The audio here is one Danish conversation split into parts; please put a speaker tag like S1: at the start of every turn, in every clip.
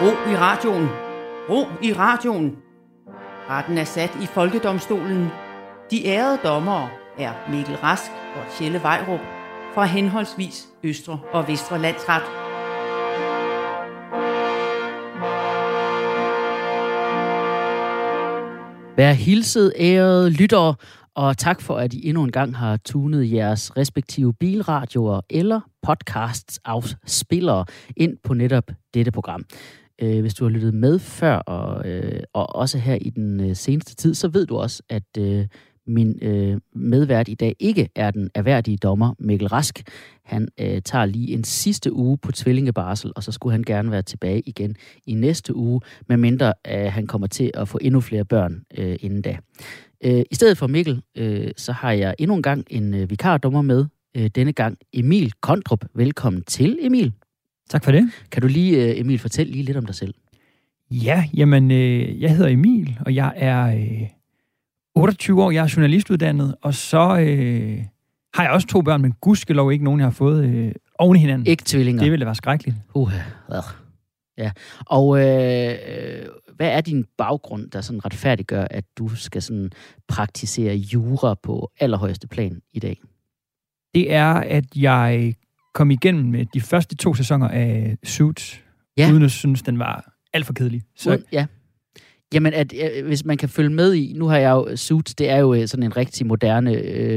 S1: Ro i radioen. Ro i radioen. Retten er sat i Folkedomstolen. De ærede dommere er Mikkel Rask og Tjelle Vejrup fra henholdsvis Østre og Vestre Landsret.
S2: Vær hilset, ærede lyttere, og tak for, at I endnu en gang har tunet jeres respektive bilradioer eller podcasts afspillere ind på netop dette program. Hvis du har lyttet med før, og også her i den seneste tid, så ved du også, at min medvært i dag ikke er den erhverdige dommer Mikkel Rask. Han tager lige en sidste uge på tvillingebarsel, og så skulle han gerne være tilbage igen i næste uge, medmindre han kommer til at få endnu flere børn inden da. I stedet for Mikkel, så har jeg endnu en gang en vikardommer med, denne gang Emil Kondrup. Velkommen til, Emil.
S3: Tak for det.
S2: Kan du lige, Emil, fortælle lige lidt om dig selv?
S3: Ja, jamen, jeg hedder Emil, og jeg er 28 år. Jeg er journalistuddannet, og så har jeg også 2 børn, men gudskelov ikke nogen, jeg har fået oven i hinanden.
S2: Ikke tvillinger?
S3: Det ville være skrækkeligt.
S2: Ja. Og hvad er din baggrund, der sådan retfærdiggør, at du skal sådan praktisere jura på allerhøjeste plan i dag?
S3: Det er, at jeg kom igennem med de første 2 sæsoner af Suits, uden at synes, den var alt for kedelig. Så...
S2: Ja. Jamen, hvis man kan følge med i, nu har jeg jo Suits, det er jo sådan en rigtig moderne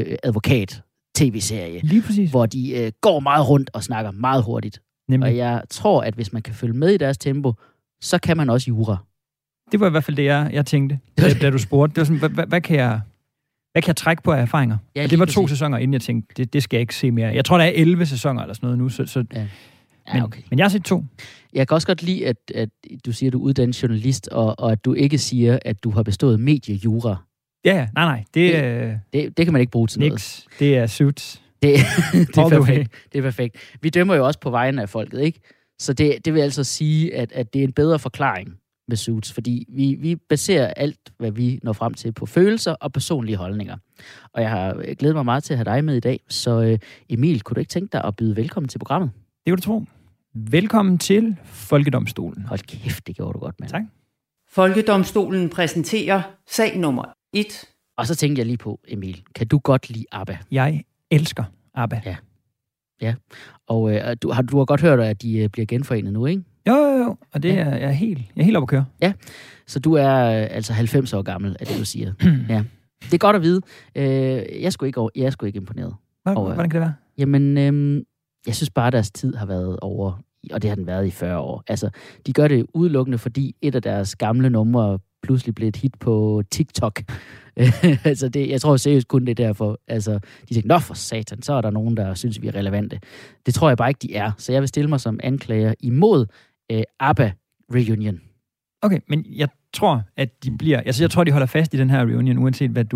S2: advokat-tv-serie.
S3: Lige præcis.
S2: Hvor de går meget rundt og snakker meget hurtigt. Nemlig. Og jeg tror, at hvis man kan følge med i deres tempo, så kan man også jura.
S3: Det var i hvert fald det, jeg tænkte, da du spurgte. Det var sådan, hvad kan jeg trække på af erfaringer? Ja, og det var 2 sæsoner, inden jeg tænkte, det skal jeg ikke se mere. Jeg tror, der er 11 sæsoner eller sådan noget nu, så ja, okay. Men jeg har set 2. Jeg
S2: kan også godt lide, at du siger, at du er uddannet journalist, og at du ikke siger, at du har bestået mediejura.
S3: Ja, nej.
S2: Det kan man ikke bruge til
S3: noget. Det er Suits.
S2: Det er perfekt. Det er perfekt. Vi dømmer jo også på vegne af folket, ikke? Så det vil altså sige, at det er en bedre forklaring med Suits, fordi vi baserer alt, hvad vi når frem til, på følelser og personlige holdninger. Og jeg har glædet mig meget til at have dig med i dag, så Emil, kunne du ikke tænke dig at byde velkommen til programmet?
S3: Det kan du tro. Velkommen til Folkedomstolen.
S2: Hold kæft, det gjorde du godt, mand.
S3: Tak.
S1: Folkedomstolen præsenterer sag nummer 1.
S2: Og så tænkte jeg lige på, Emil, kan du godt lide ABBA?
S3: Jeg elsker ABBA.
S2: Ja. Og du har godt hørt, at de bliver genforenet nu, ikke?
S3: Jo. Og det er jeg helt oppe at køre.
S2: Ja, så du er altså 90 år gammel, er det, du siger. Ja. Det er godt at vide. Jeg er sgu ikke imponeret.
S3: Hvordan kan det være?
S2: Jamen, jeg synes bare, at deres tid har været over, og det har den været i 40 år. Altså, de gør det udelukkende, fordi et af deres gamle numre pludselig blev et hit på TikTok. Altså, jeg tror seriøst kun det er derfor. Altså, de tænker, nå for satan, så er der nogen, der synes, vi er relevante. Det tror jeg bare ikke, de er. Så jeg vil stille mig som anklager imod ABBA Reunion.
S3: Okay, men jeg tror, at de bliver... Altså, jeg tror, de holder fast i den her reunion, uanset hvad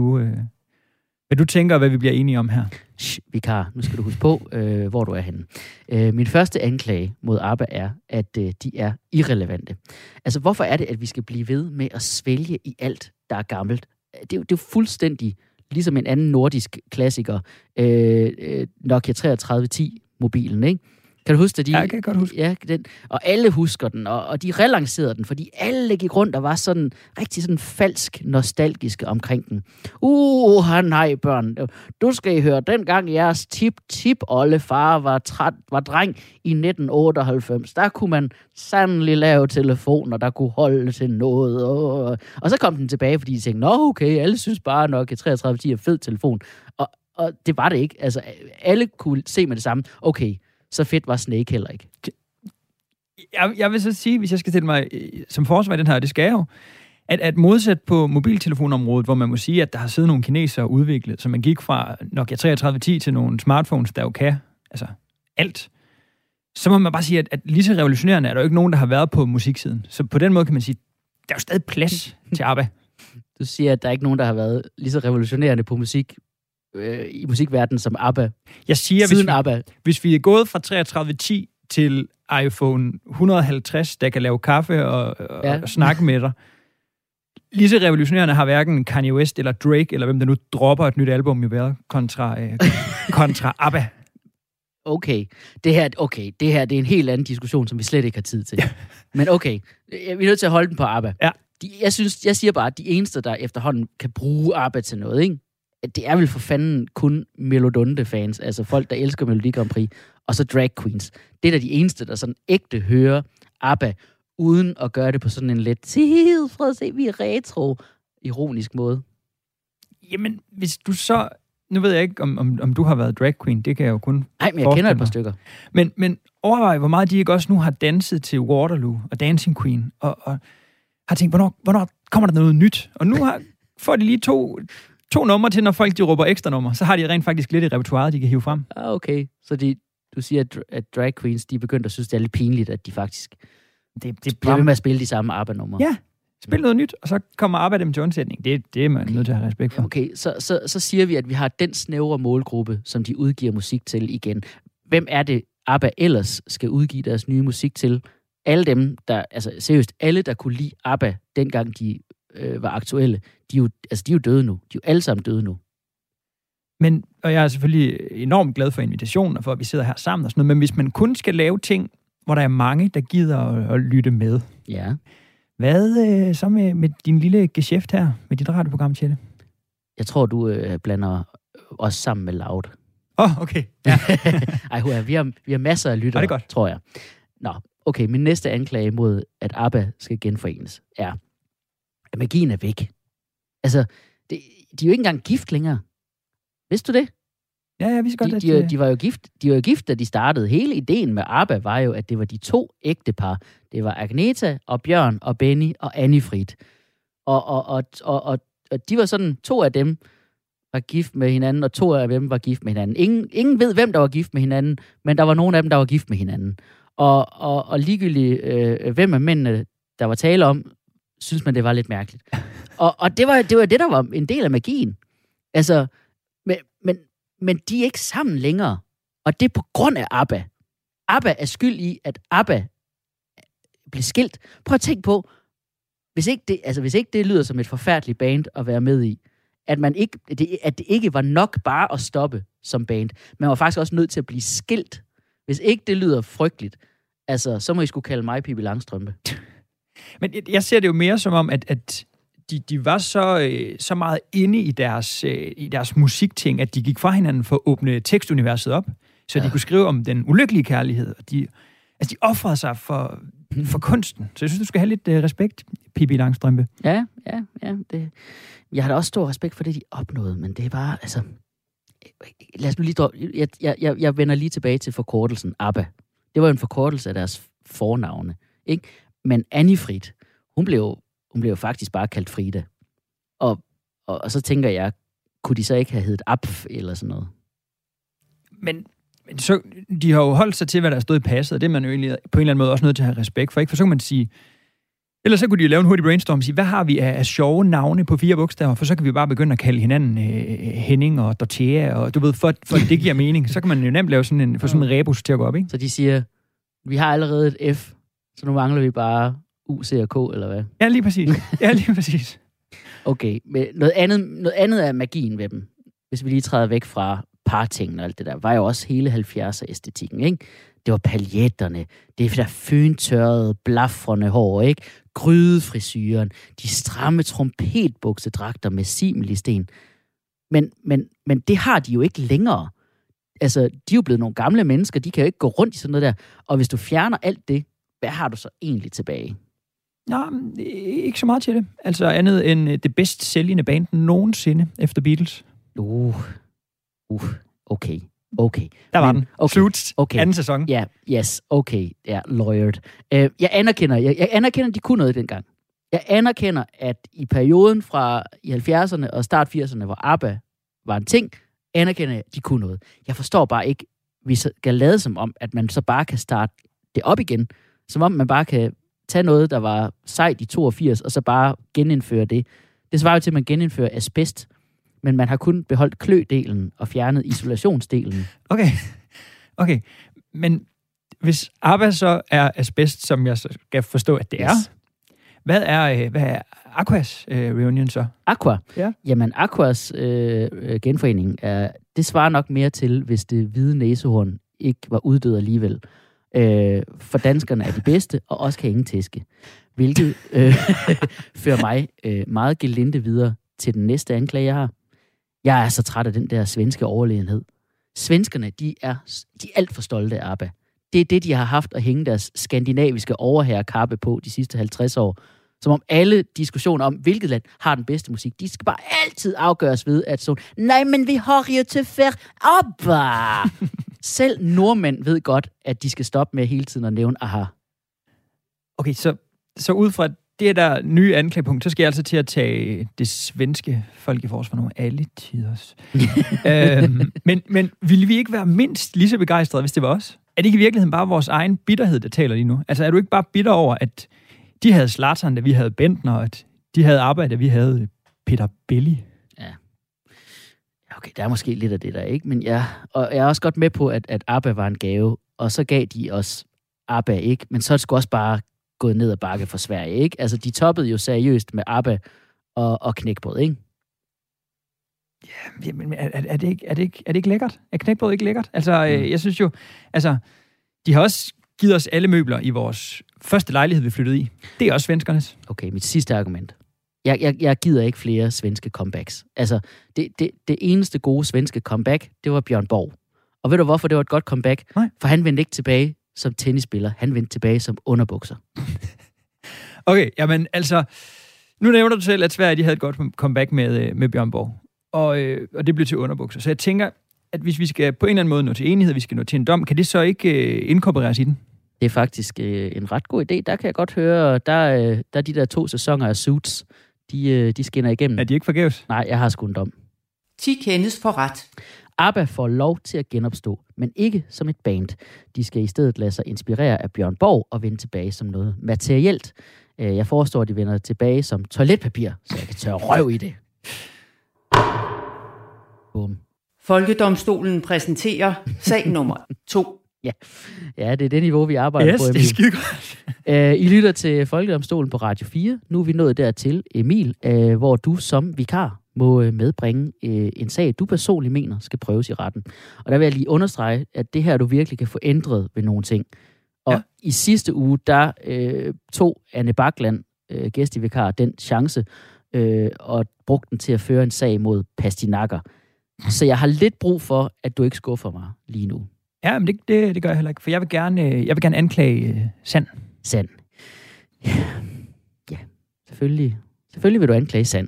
S3: du tænker, og hvad vi bliver enige om her.
S2: Vikar, nu skal du huske på, hvor du er henne. Min første anklage mod ABBA er, at de er irrelevante. Altså, hvorfor er det, at vi skal blive ved med at svælge i alt, der er gammelt? Det er jo fuldstændig ligesom en anden nordisk klassiker, Nokia 3310-mobilen, ikke? Kan du huske det?
S3: Ja, jeg kan godt huske.
S2: Ja, den, og alle husker den, og de relancerede den, fordi alle gik rundt og var sådan rigtig sådan falsk nostalgiske omkring den. Nej, børn. Du skal I høre, dengang jeres tip-oldefar var dreng i 1998, der kunne man sandelig lave telefoner, der kunne holde til noget. Og så kom den tilbage, fordi de tænkte, nå okay, alle synes bare nok, at 3310 er fed telefon. Og det var det ikke. Altså, alle kunne se med det samme. Okay, så fedt var Snake heller ikke.
S3: Jeg vil så sige, hvis jeg skal stille mig som forsvar i den her, det skal jeg jo, at modsat på mobiltelefonområdet, hvor man må sige, at der har siddet nogle kinesere udviklet, så man gik fra Nokia 3310 til nogle smartphones, der jo kan altså alt, så må man bare sige, at lige så revolutionerende er der jo ikke nogen, der har været på musiksiden. Så på den måde kan man sige, der er jo stadig plads til ABBA.
S2: Du siger, at der er ikke nogen, der har været lige så revolutionerende på musik i musikverdenen som ABBA.
S3: Jeg siger, hvis vi er gået fra 3310 til iPhone 150, der kan lave kaffe og snakke med dig, lige så revolutionerende har hverken Kanye West eller Drake, eller hvem der nu dropper et nyt album i været, kontra ABBA.
S2: Okay, det her det er en helt anden diskussion, som vi slet ikke har tid til. Men okay, vi er nødt til at holde den på ABBA.
S3: Ja.
S2: Jeg siger bare, at de eneste, der efterhånden kan bruge ABBA til noget, ikke? Det er vel for fanden kun Melodonde-fans, altså folk, der elsker Melodi Grand Prix, og så drag queens. Det er da de eneste, der sådan ægte hører ABBA, uden at gøre det på sådan en lidt prøv at se, vi er retro, ironisk måde.
S3: Jamen, hvis du så... Nu ved jeg ikke, om du har været drag queen. Det kan jeg jo kun...
S2: Nej, men jeg kender et par stykker.
S3: Men overvej, hvor meget de ikke også nu har danset til Waterloo og Dancing Queen, og har tænkt, hvornår kommer der noget nyt? Og nu får de lige to numre til, når folk de råber ekstra nummer. Så har de rent faktisk lidt i repertoiret, de kan hive frem.
S2: Okay, så du siger, at drag queens, de er begyndt at synes, det er lidt pinligt, at de faktisk det bliver ved med at spille de samme ABBA-numre.
S3: Ja, spil noget nyt, og så kommer ABBA dem til undsætning. Det er man nødt til at have respekt for.
S2: Okay, så siger vi, at vi har den snævre målgruppe, som de udgiver musik til igen. Hvem er det, ABBA ellers skal udgive deres nye musik til? Alle dem, seriøst, alle, der kunne lide ABBA, dengang de var aktuelle, de er jo døde nu. De er jo alle sammen døde nu.
S3: Og jeg er selvfølgelig enormt glad for invitationen, og for at vi sidder her sammen og sådan noget, men hvis man kun skal lave ting, hvor der er mange, der gider at lytte med.
S2: Ja.
S3: Hvad så med din lille geschæft her, med dit radioprogram, Tjelle?
S2: Jeg tror, du blander os sammen med Loud.
S3: Okay. Ja.
S2: Ej, vi har masser af lyttere,
S3: godt.
S2: Tror jeg. Nå, okay, min næste anklage mod, at ABBA skal genforenes, er, at magien er væk. Altså, de er jo ikke engang gift længere. Vidste du det?
S3: Ja, jeg vidste godt,
S2: de var jo gift. De var jo gift, da de startede. Hele ideen med ABBA var jo, at det var de 2 ægtepar. Det var Agneta og Bjørn og Benny og Anni-Frid. Og de var sådan, 2 af dem var gift med hinanden, og 2 af dem var gift med hinanden. Ingen ved, hvem der var gift med hinanden, men der var nogle af dem, der var gift med hinanden. Og ligegyldigt, hvem af mændene, der var tale om, synes man, det var lidt mærkeligt. Og det var det, der var en del af magien. Altså, men de er ikke sammen længere. Og det er på grund af ABBA. ABBA er skyld i, at ABBA blev skilt. Prøv at tænke på, hvis ikke det lyder som et forfærdeligt band at være med i, at det ikke var nok bare at stoppe som band. Man var faktisk også nødt til at blive skilt. Hvis ikke det lyder frygteligt, så må I skulle kalde mig Pippi Langstrømpe.
S3: Men jeg ser det jo mere som om, at de var så meget inde i deres musikting, at de gik fra hinanden for at åbne tekstuniverset op, så de kunne skrive om den ulykkelige kærlighed. De offrede sig for kunsten. Så jeg synes, du skal have lidt respekt, Pippi Langstrømpe.
S2: Ja. Jeg har da også stor respekt for det, de opnåede, men det er bare, lad os nu lige jeg vender lige tilbage til forkortelsen ABBA. Det var jo en forkortelse af deres fornavne, ikke? Men Anni-Frid, hun blev faktisk bare kaldt Frida. Og så tænker jeg, kunne de så ikke have heddet Apf eller sådan noget?
S3: Men så, de har jo holdt sig til, hvad der stod i passet, og det er man jo egentlig på en eller anden måde også nødt til at have respekt for, ikke? For så kan man sige, ellers så kunne de jo lave en hurtig brainstorm og sige, hvad har vi af sjove navne på 4 bogstaver, for så kan vi jo bare begynde at kalde hinanden Henning og Dorthea, og du ved, for det giver mening. Så kan man jo nemt lave sådan en rebus til at gå op, ikke?
S2: Så de siger, vi har allerede et F, så nu mangler vi bare U, C og K, eller hvad?
S3: Ja, lige præcis.
S2: Okay, men noget andet er magien ved dem. Hvis vi lige træder væk fra partingen og alt det der, var jo også hele 70'er-æstetikken, ikke? Det var paljetterne, det der føntørrede, blafrende hår, ikke? Grydefrisyren, de stramme trompetbuksedragter med similisten. Men det har de jo ikke længere. Altså, de er jo blevet nogle gamle mennesker, de kan jo ikke gå rundt i sådan noget der. Og hvis du fjerner alt det, hvad har du så egentlig tilbage?
S3: Ja, ikke så meget til det. Altså andet end det bedst sælgende band nogensinde efter Beatles.
S2: Okay.
S3: Der var den.
S2: Okay.
S3: Slut.
S2: Okay.
S3: Anden sæson.
S2: Ja, yes, okay. Ja, lawyered. Jeg anerkender, de kunne noget dengang. Jeg anerkender, at i perioden fra i 70'erne og start 80'erne, hvor ABBA var en ting, anerkender jeg, at de kunne noget. Jeg forstår bare ikke, vi skal lade som om, at man så bare kan starte det op igen. Som om man bare kan tage noget, der var sejt i 82, og så bare genindføre det. Det svarer jo til, at man genindfører asbest, men man har kun beholdt klødelen og fjernet isolationsdelen.
S3: Okay. Men hvis ABBA så er asbest, som jeg skal forstå, at det er, hvad er Aquas reunion så?
S2: Aqua?
S3: Ja.
S2: Jamen, Aquas genforening, det svarer nok mere til, hvis det hvide næsehorn ikke var uddød alligevel. For danskerne er de bedste, og også kan ingen tæske. Hvilket fører mig meget gelinde videre til den næste anklage, jeg har. Jeg er så træt af den der svenske overlegenhed. Svenskerne, de er alt for stolte af ABBA. Det er det, de har haft at hænge deres skandinaviske overherrekappe på de sidste 50 år. Som om alle diskussioner om, hvilket land har den bedste musik, de skal bare altid afgøres ved, at sådan, nej, men vi har jo til færd ABBA. Selv nordmænd ved godt, at de skal stoppe med hele tiden at nævne AHA.
S3: Okay, så ud fra det der nye anklagepunkt, så skal jeg altså til at tage det svenske folk i forsvar nu. Alle tiders. Men ville vi ikke være mindst lige så begejstrede, hvis det var os? Er det ikke i virkeligheden bare vores egen bitterhed, der taler lige nu? Altså, er du ikke bare bitter over, at de havde Zlatan, da vi havde Bentner, og at de havde arbejde, da vi havde Peter Belli?
S2: Ja. Okay, der er måske lidt af det der, ikke? Men jeg er også godt med på, at ABBA var en gave, og så gav de os ABBA, ikke? Men så er det sgu også bare gået ned ad bakke for Sverige, ikke? Altså, de toppede jo seriøst med ABBA og knækbrød, ikke?
S3: Ja, men er det ikke lækkert? Er knækbrød ikke lækkert? Altså, jeg synes jo, altså, de har også givet os alle møbler i vores første lejlighed, vi flyttede i. Det er også svenskernes.
S2: Okay, mit sidste argument. Jeg gider ikke flere svenske comebacks. Altså, det eneste gode svenske comeback, det var Bjørn Borg. Og ved du, hvorfor det var et godt comeback?
S3: Nej.
S2: For han vendte ikke tilbage som tennisspiller. Han vendte tilbage som underbukser.
S3: Okay, jamen altså, nu nævner du selv, at Sverige de havde et godt comeback med Bjørn Borg. Og det blev til underbukser. Så jeg tænker, at hvis vi skal på en eller anden måde nå til enighed, vi skal nå til en dom, kan det så ikke inkorporeres i den?
S2: Det er faktisk en ret god idé. Der kan jeg godt høre, der er de der 2 sæsoner af Suits, de skinner igennem.
S3: Er de ikke forgæves?
S2: Nej, jeg har sgu en dom.
S1: 10 kendes for ret.
S2: ABBA får lov til at genopstå, men ikke som et band. De skal i stedet lade sig inspirere af Bjørn Borg og vende tilbage som noget materielt. Jeg forestår, at de vender tilbage som toiletpapir, så jeg kan tørre røv i det. Boom.
S1: Folkedomstolen præsenterer sag nummer 2.
S2: Ja, det er det niveau, vi arbejder på, Emil.
S3: Det er skide godt.
S2: I lytter til Folkedomstolen på Radio 4. Nu er vi nået dertil, Emil, hvor du som vikar må medbringe en sag, du personligt mener skal prøves i retten. Og der vil jeg lige understrege, at det her, du virkelig kan få ændret ved nogle ting. Og i sidste uge, der tog Anne Bakland, gæstevikar, den chance og brugte den til at føre en sag mod pastinakker. Så jeg har lidt brug for, at du ikke skuffer mig lige nu.
S3: Ja, men det gør jeg heller ikke, for jeg vil gerne anklage Sand.
S2: Sand. Ja, selvfølgelig. Selvfølgelig vil du anklage Sand.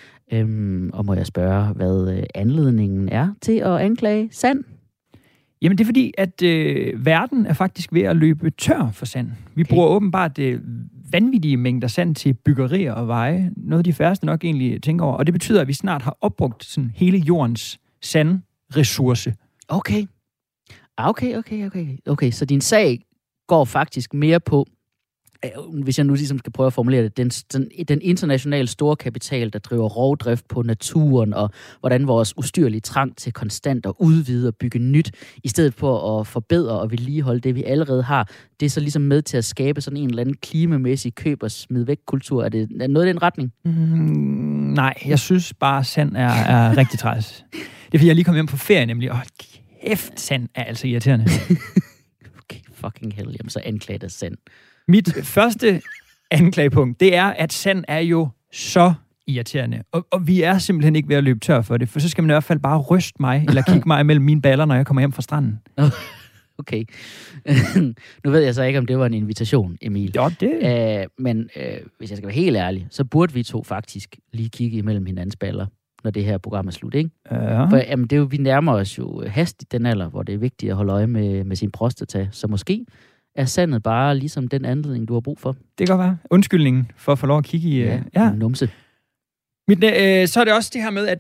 S2: Og må jeg spørge, hvad anledningen er til at anklage Sand?
S3: Jamen, det er fordi, at verden er faktisk ved at løbe tør for sand. Vi bruger åbenbart vanvittige mængder sand til byggerier og veje. Noget de færreste nok egentlig tænker over. Og det betyder, at vi snart har opbrugt sådan hele jordens sandressource.
S2: Okay. Okay, så din sag går faktisk mere på, hvis jeg nu ligesom skal prøve at formulere det, den internationale store kapital, der driver rovdrift på naturen, og hvordan vores ustyrlige trang til konstant at udvide og bygge nyt, i stedet for at forbedre og vedligeholde det, vi allerede har, det er så ligesom med til at skabe sådan en eller anden klimamæssig køb- og smid-væk-kultur. Er det noget i den retning?
S3: Nej, jeg synes bare, sand er rigtig træls. Det er fordi, jeg lige kom hjem på ferie, nemlig. Kæft, sand er altså irriterende.
S2: Okay, fucking hell. Jamen, så anklager dig Sand.
S3: Mit første anklagepunkt, det er, at sand er jo så irriterende. Og vi er simpelthen ikke ved at løbe tør for det, for så skal man i hvert fald bare ryste mig, eller kigge mig mellem mine baller, når jeg kommer hjem fra stranden.
S2: Okay. Nu ved jeg så ikke, om det var en invitation, Emil.
S3: Jo, det.
S2: Men hvis jeg skal være helt ærlig, så burde vi to faktisk lige kigge imellem hinandens baller, når det her program er slut, ikke?
S3: Ja.
S2: For jamen, det er jo, vi nærmer os jo hastigt den alder, hvor det er vigtigt at holde øje med sin prostata. Så måske er sandet bare ligesom den anledning, du har brug for.
S3: Det kan være. Undskyldningen for at få lov at kigge i...
S2: numse.
S3: Så er det også det her med,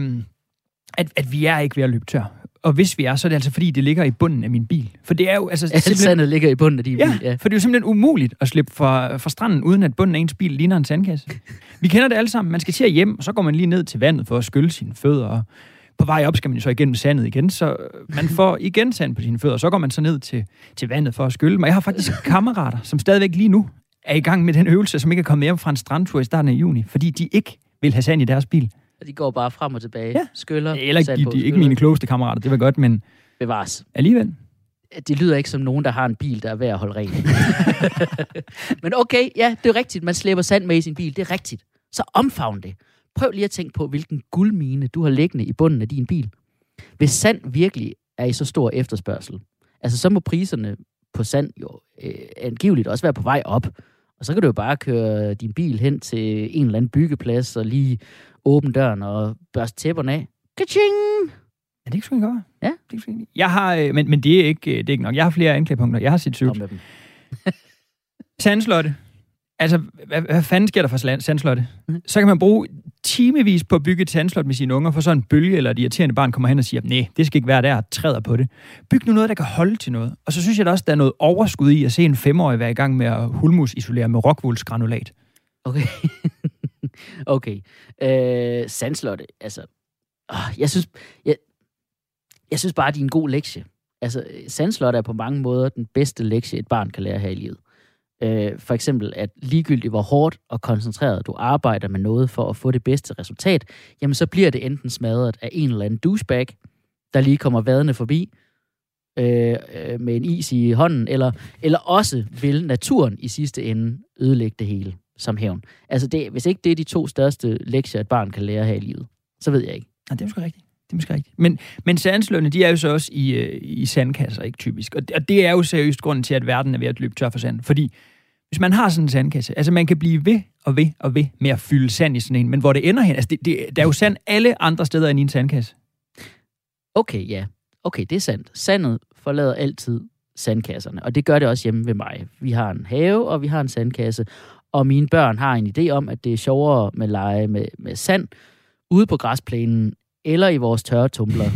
S3: at vi er ikke ved at løbe tør. Og hvis vi er, så er det altså fordi, det ligger i bunden af min bil. For det er jo altså...
S2: Sandet ligger i bunden af din bil, ja.
S3: For det er jo simpelthen umuligt at slippe fra stranden, uden at bunden af ens bil ligner en sandkasse. Vi kender det alle sammen. Man skal til at hjem, og så går man lige ned til vandet for at skylle sine fødder. Og på vej op skal man jo så igennem sandet igen, så man får igen sand på sine fødder. Så går man så ned til vandet for at skylle. Men jeg har faktisk kammerater, som stadigvæk lige nu er i gang med den øvelse, som ikke er kommet hjem fra en strandtur i starten af juni, fordi de ikke vil have sand i deres bil.
S2: Og de går bare frem og tilbage, skyller.
S3: Eller de er ikke mine klogeste kammerater, det var godt, men...
S2: Bevares.
S3: Alligevel.
S2: det lyder ikke som nogen, der har en bil, der er værd at holde ren. Men okay, ja, det er rigtigt. Man slæber sand med i sin bil. Det er rigtigt. Så omfavn det. Prøv lige at tænke på, hvilken guldmine du har liggende i bunden af din bil. Hvis sand virkelig er i så stor efterspørgsel, altså så må priserne på sand jo angiveligt også være på vej op. Og så kan du jo bare køre din bil hen til en eller anden byggeplads og lige åbne døren og børste tæpperne af. Ka-ching!
S3: Ja, det kan sgu godt.
S2: Ja.
S3: Det kan jeg har, men det er ikke nok. Jeg har flere anklagepunkter. Jeg har sit sygt. Sandslotte. Altså, hvad fanden sker der for sandslotte? Så kan man bruge timevis på at bygge et sandslot med sine unger, for så en bølge eller et irriterende barn kommer hen og siger, nej, det skal ikke være der, og træder på det. Byg nu noget, der kan holde til noget. Og så synes jeg da også, der er noget overskud i at se en 5-årig være i gang med at hulmusisolere med rockwoolsgranulat.
S2: Okay. Okay. Sandslotte, altså... Jeg synes bare, det er en god lektie. Altså, sandslotte er på mange måder den bedste lektie, et barn kan lære her i livet. For eksempel, at ligegyldigt hvor hårdt og koncentreret du arbejder med noget for at få det bedste resultat, jamen så bliver det enten smadret af en eller anden douchebag, der lige kommer vadende forbi med en is i hånden, eller også vil naturen i sidste ende ødelægge det hele som hævn. Altså, hvis ikke det er de 2 største lektier, et barn kan lære her i livet, så ved jeg ikke.
S3: Ja, det er måske rigtigt. Det er måske rigtigt. Men sandslåne, de er jo så også i sandkasser, ikke typisk. Og det er jo seriøst grunden til, at verden er ved at løbe tør for sand. Fordi hvis man har sådan en sandkasse, altså man kan blive ved med at fylde sand i sådan en, men hvor det ender hen, altså der er jo sand alle andre steder end i en sandkasse.
S2: Okay, ja. Okay, det er sandt. Sandet forlader altid sandkasserne, og det gør det også hjemme ved mig. Vi har en have, og vi har en sandkasse, og mine børn har en idé om, at det er sjovere med lege med sand ude på græsplænen, eller i vores tørretumbler,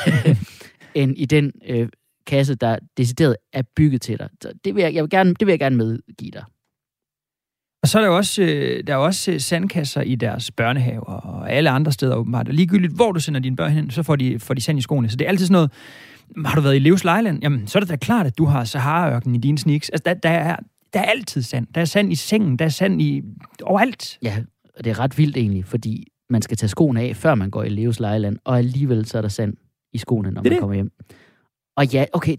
S2: end i den kasse, der decideret er bygget til dig. Så det vil jeg gerne medgive dig.
S3: Og så er der jo også sandkasser i deres børnehaver og alle andre steder åbenbart. Og ligegyldigt, hvor du sender dine børn hen, så får de sand i skoene. Så det er altid sådan noget, har du været i Leos Lejland? Jamen, så er det da klart, at du har Sahara-ørkenen i dine sneaks. Altså, der er altid sand. Der er sand i sengen, der er sand i overalt.
S2: Ja, og det er ret vildt egentlig, fordi man skal tage skoene af, før man går i Leos Lejland, og alligevel så er der sand i skoene, når man kommer hjem. Og ja, okay,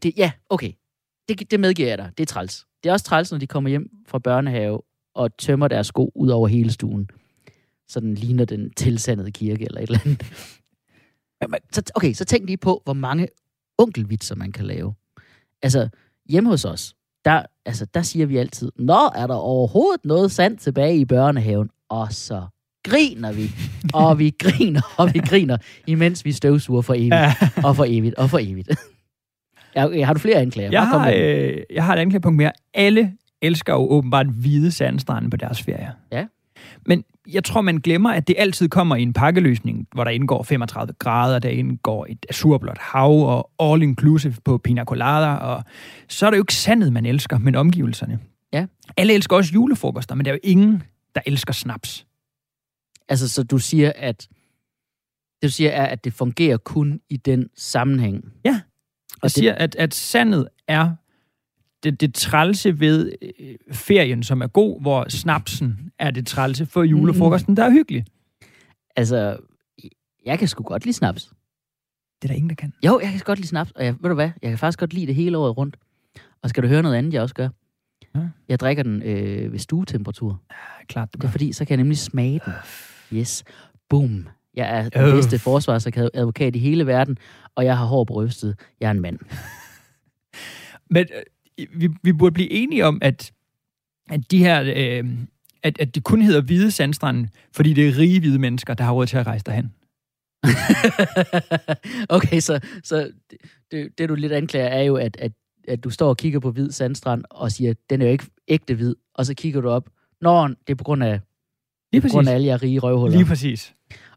S2: det medgiver jeg dig. Det er træls. Det er også træls, når de kommer hjem fra børnehave og tømmer deres sko ud over hele stuen. Så den ligner den tilsandede kirke eller et eller andet. Så tænk lige på, hvor mange onkelvitser man kan lave. Altså, hjemme hos os, der siger vi altid, nå, er der overhovedet noget sand tilbage i børnehaven? Og så griner vi, og vi griner, imens vi støvsuger for evigt. Har du flere anklager?
S3: Jeg har et anklagepunkt mere. Alle elsker jo åbenbart hvide sandstrande på deres ferier.
S2: Ja.
S3: Men jeg tror, man glemmer, at det altid kommer i en pakkeløsning, hvor der indgår 35 grader, der indgår et azurblåt hav og all inclusive på pina colada, og så er det jo ikke sandet, man elsker, men omgivelserne.
S2: Ja.
S3: Alle elsker også julefrokoster, men der er jo ingen, der elsker snaps.
S2: Altså, så du siger, at det fungerer kun i den sammenhæng?
S3: Ja. Jeg siger, at sandet er det trælse ved ferien, som er god, hvor snapsen er det trælse for julefrokosten, der er hyggelig.
S2: Altså, jeg kan sgu godt lide snaps.
S3: Det er der ingen, der kan.
S2: Jo, jeg kan godt lide snaps, og ved du hvad? Jeg kan faktisk godt lide det hele året rundt. Og skal du høre noget andet, jeg også gør? Ja. Jeg drikker den ved stuetemperatur.
S3: Ja, klart,
S2: det er fordi, så kan jeg nemlig smage den. Yes. Boom. Jeg er den bedste forsvarsadvokat i hele verden, og jeg har hår på brystet. Jeg er en mand.
S3: Men vi burde blive enige om, at de her, at det kun hedder hvide sandstrande, fordi det er rige hvide mennesker, der har råd til at rejse derhen.
S2: Okay, så det du lidt anklager er jo, at du står og kigger på hvid sandstrand og siger, den er jo ikke ægte hvid, og så kigger du op, nå, det er på grund af alle jer rige røvhuller.
S3: Lige præcis.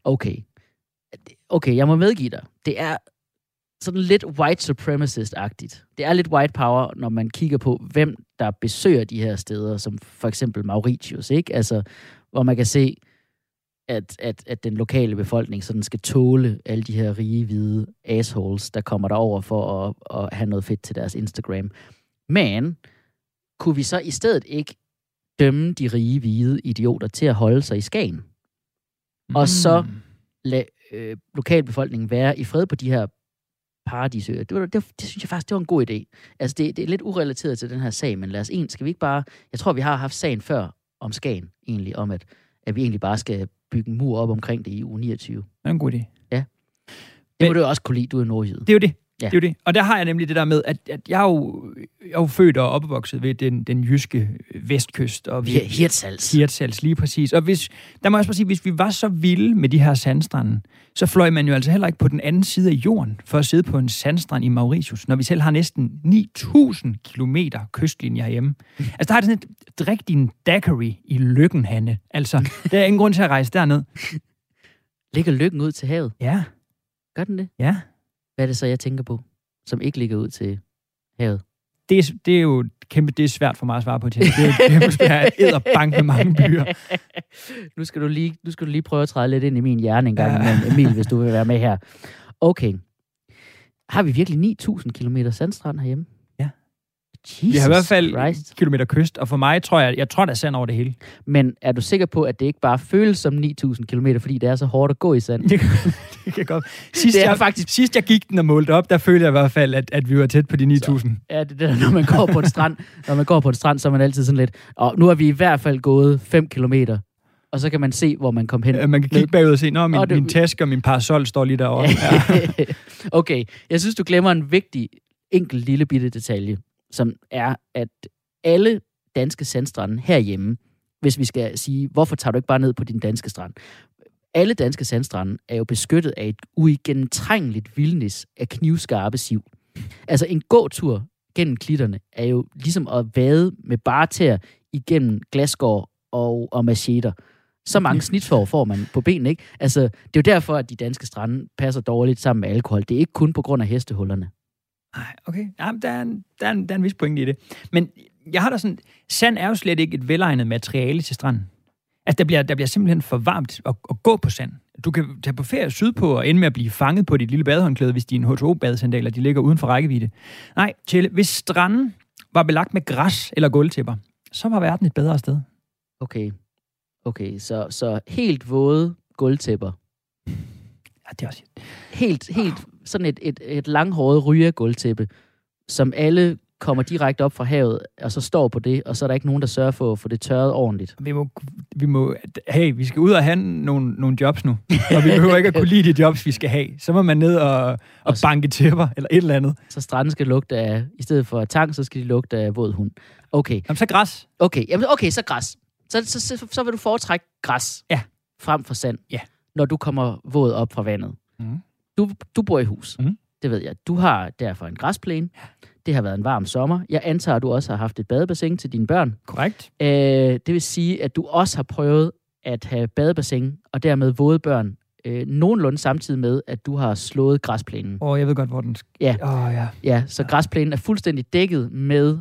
S2: Okay, jeg må medgive dig. Det er sådan lidt white supremacist-agtigt. Det er lidt white power, når man kigger på, hvem der besøger de her steder, som for eksempel Mauritius, ikke? Altså, hvor man kan se, at den lokale befolkning sådan skal tåle alle de her rige, hvide assholes, der kommer derover for at have noget fedt til deres Instagram. Men kunne vi så i stedet ikke dømme de rige, hvide idioter til at holde sig i Skagen? Og så lade lokalbefolkningen være i fred på de her paradisøer. Det synes jeg faktisk, det var en god idé. Altså, det er lidt urelateret til den her sag, men skal vi ikke bare... Jeg tror, vi har haft sagen før om Skagen, egentlig, om at vi egentlig bare skal bygge en mur op omkring det i uge 29. Det
S3: er en god idé.
S2: Ja. Det må du jo også kunne lide, du er nordjyde.
S3: Det er jo det. Ja. Det er jo det. Og der har jeg nemlig det der med, at jeg er jo født og opvokset ved den jyske vestkyst. Og Hirtshals, lige præcis. Og der må jeg også bare sige, hvis vi var så vilde med de her sandstrande, så fløj man jo altså heller ikke på den anden side af jorden for at sidde på en sandstrand i Mauritius, når vi selv har næsten 9.000 kilometer kystlinje herhjemme. Altså, der har det sådan et drik din daiquiri i Løkken, Hanne. Altså, der er ingen grund til at rejse derned.
S2: Ligger Løkken ud til havet?
S3: Ja.
S2: Gør den det?
S3: Ja.
S2: Hvad er det så, jeg tænker på, som ikke ligger ud til havet?
S3: Det er jo kæmpe, det er svært for mig at svare på til. Det er måske edderbank med mange byer.
S2: Nu skal du lige prøve at træde lidt ind i min hjerne en gang, men Emil, hvis du vil være med her. Okay. Har vi virkelig 9.000 kilometer sandstrand herhjemme?
S3: Ja.
S2: Jesus
S3: vi har i hvert fald
S2: Christ.
S3: Kilometer kyst, og for mig tror jeg tror, der er sand over det hele.
S2: Men er du sikker på, at det ikke bare føles som 9.000 kilometer, fordi det er så hårdt at gå i sand?
S3: Det kan godt. Sidst jeg gik den og målte op, der følte jeg i hvert fald, at vi var tæt på de 9.000.
S2: Ja, det der, når man går på en strand. Når man går på en strand, så er man altid sådan lidt, og nu har vi i hvert fald gået 5 kilometer, og så kan man se, hvor man kom hen.
S3: Man kan kigge bagud og se, min taske og min parasol står lige derovre. Ja.
S2: Okay, jeg synes, du glemmer en vigtig, enkelt lille bitte detalje, som er, at alle danske sandstrande herhjemme, hvis vi skal sige, hvorfor tager du ikke bare ned på din danske strand? Alle danske sandstrande er jo beskyttet af et uigennemtrængeligt vildnis af knivskarpe siv. Altså en gåtur gennem klitterne er jo ligesom at vade med bare tæer igennem glasskår og macheter. Så mange snitsår får man på benene, ikke? Altså, det er jo derfor, at de danske strande passer dårligt sammen med alkohol. Det er ikke kun på grund af hestehullerne.
S3: Nej, okay. Jamen, der er en vis pointe i det. Men jeg har da sådan... Sand er jo slet ikke et velegnet materiale til stranden. Altså, der bliver simpelthen for varmt at gå på sand. Du kan tage på ferie sydpå og ende med at blive fanget på dit lille badehåndklæde, hvis dine H2O-badesandaler de ligger uden for rækkevidde. Nej, Tjelle, hvis stranden var belagt med græs eller gulvtæpper, så var verden et bedre sted.
S2: Okay, så helt våde gulvtæpper.
S3: Ja, det er også...
S2: Helt sådan et langhåret rygergulvtæppe, som alle kommer direkte op fra havet, og så står på det, og så er der ikke nogen, der sørger for at få det tørret ordentligt.
S3: Vi skal ud og have nogle jobs nu, og vi behøver ikke at kunne lide de jobs, vi skal have. Så må man ned og banke tæpper, eller et eller andet.
S2: Så stranden skal lugte af, i stedet for tang, så skal de lugte af våd hund. Okay.
S3: Jamen, så græs.
S2: Okay, så græs. Så vil du foretrække græs frem for sand, når du kommer våd op fra vandet. Mm. Du bor i hus. Mm. Det ved jeg. Du har derfor en græsplæne. Det har været en varm sommer. Jeg antager, at du også har haft et badebassin til dine børn.
S3: Korrekt.
S2: Det vil sige, at du også har prøvet at have badebassin, og dermed våde børn, nogenlunde samtidig med, at du har slået græsplænen.
S3: Jeg ved godt, hvor den skal.
S2: Ja. Ja, så græsplænen er fuldstændig dækket med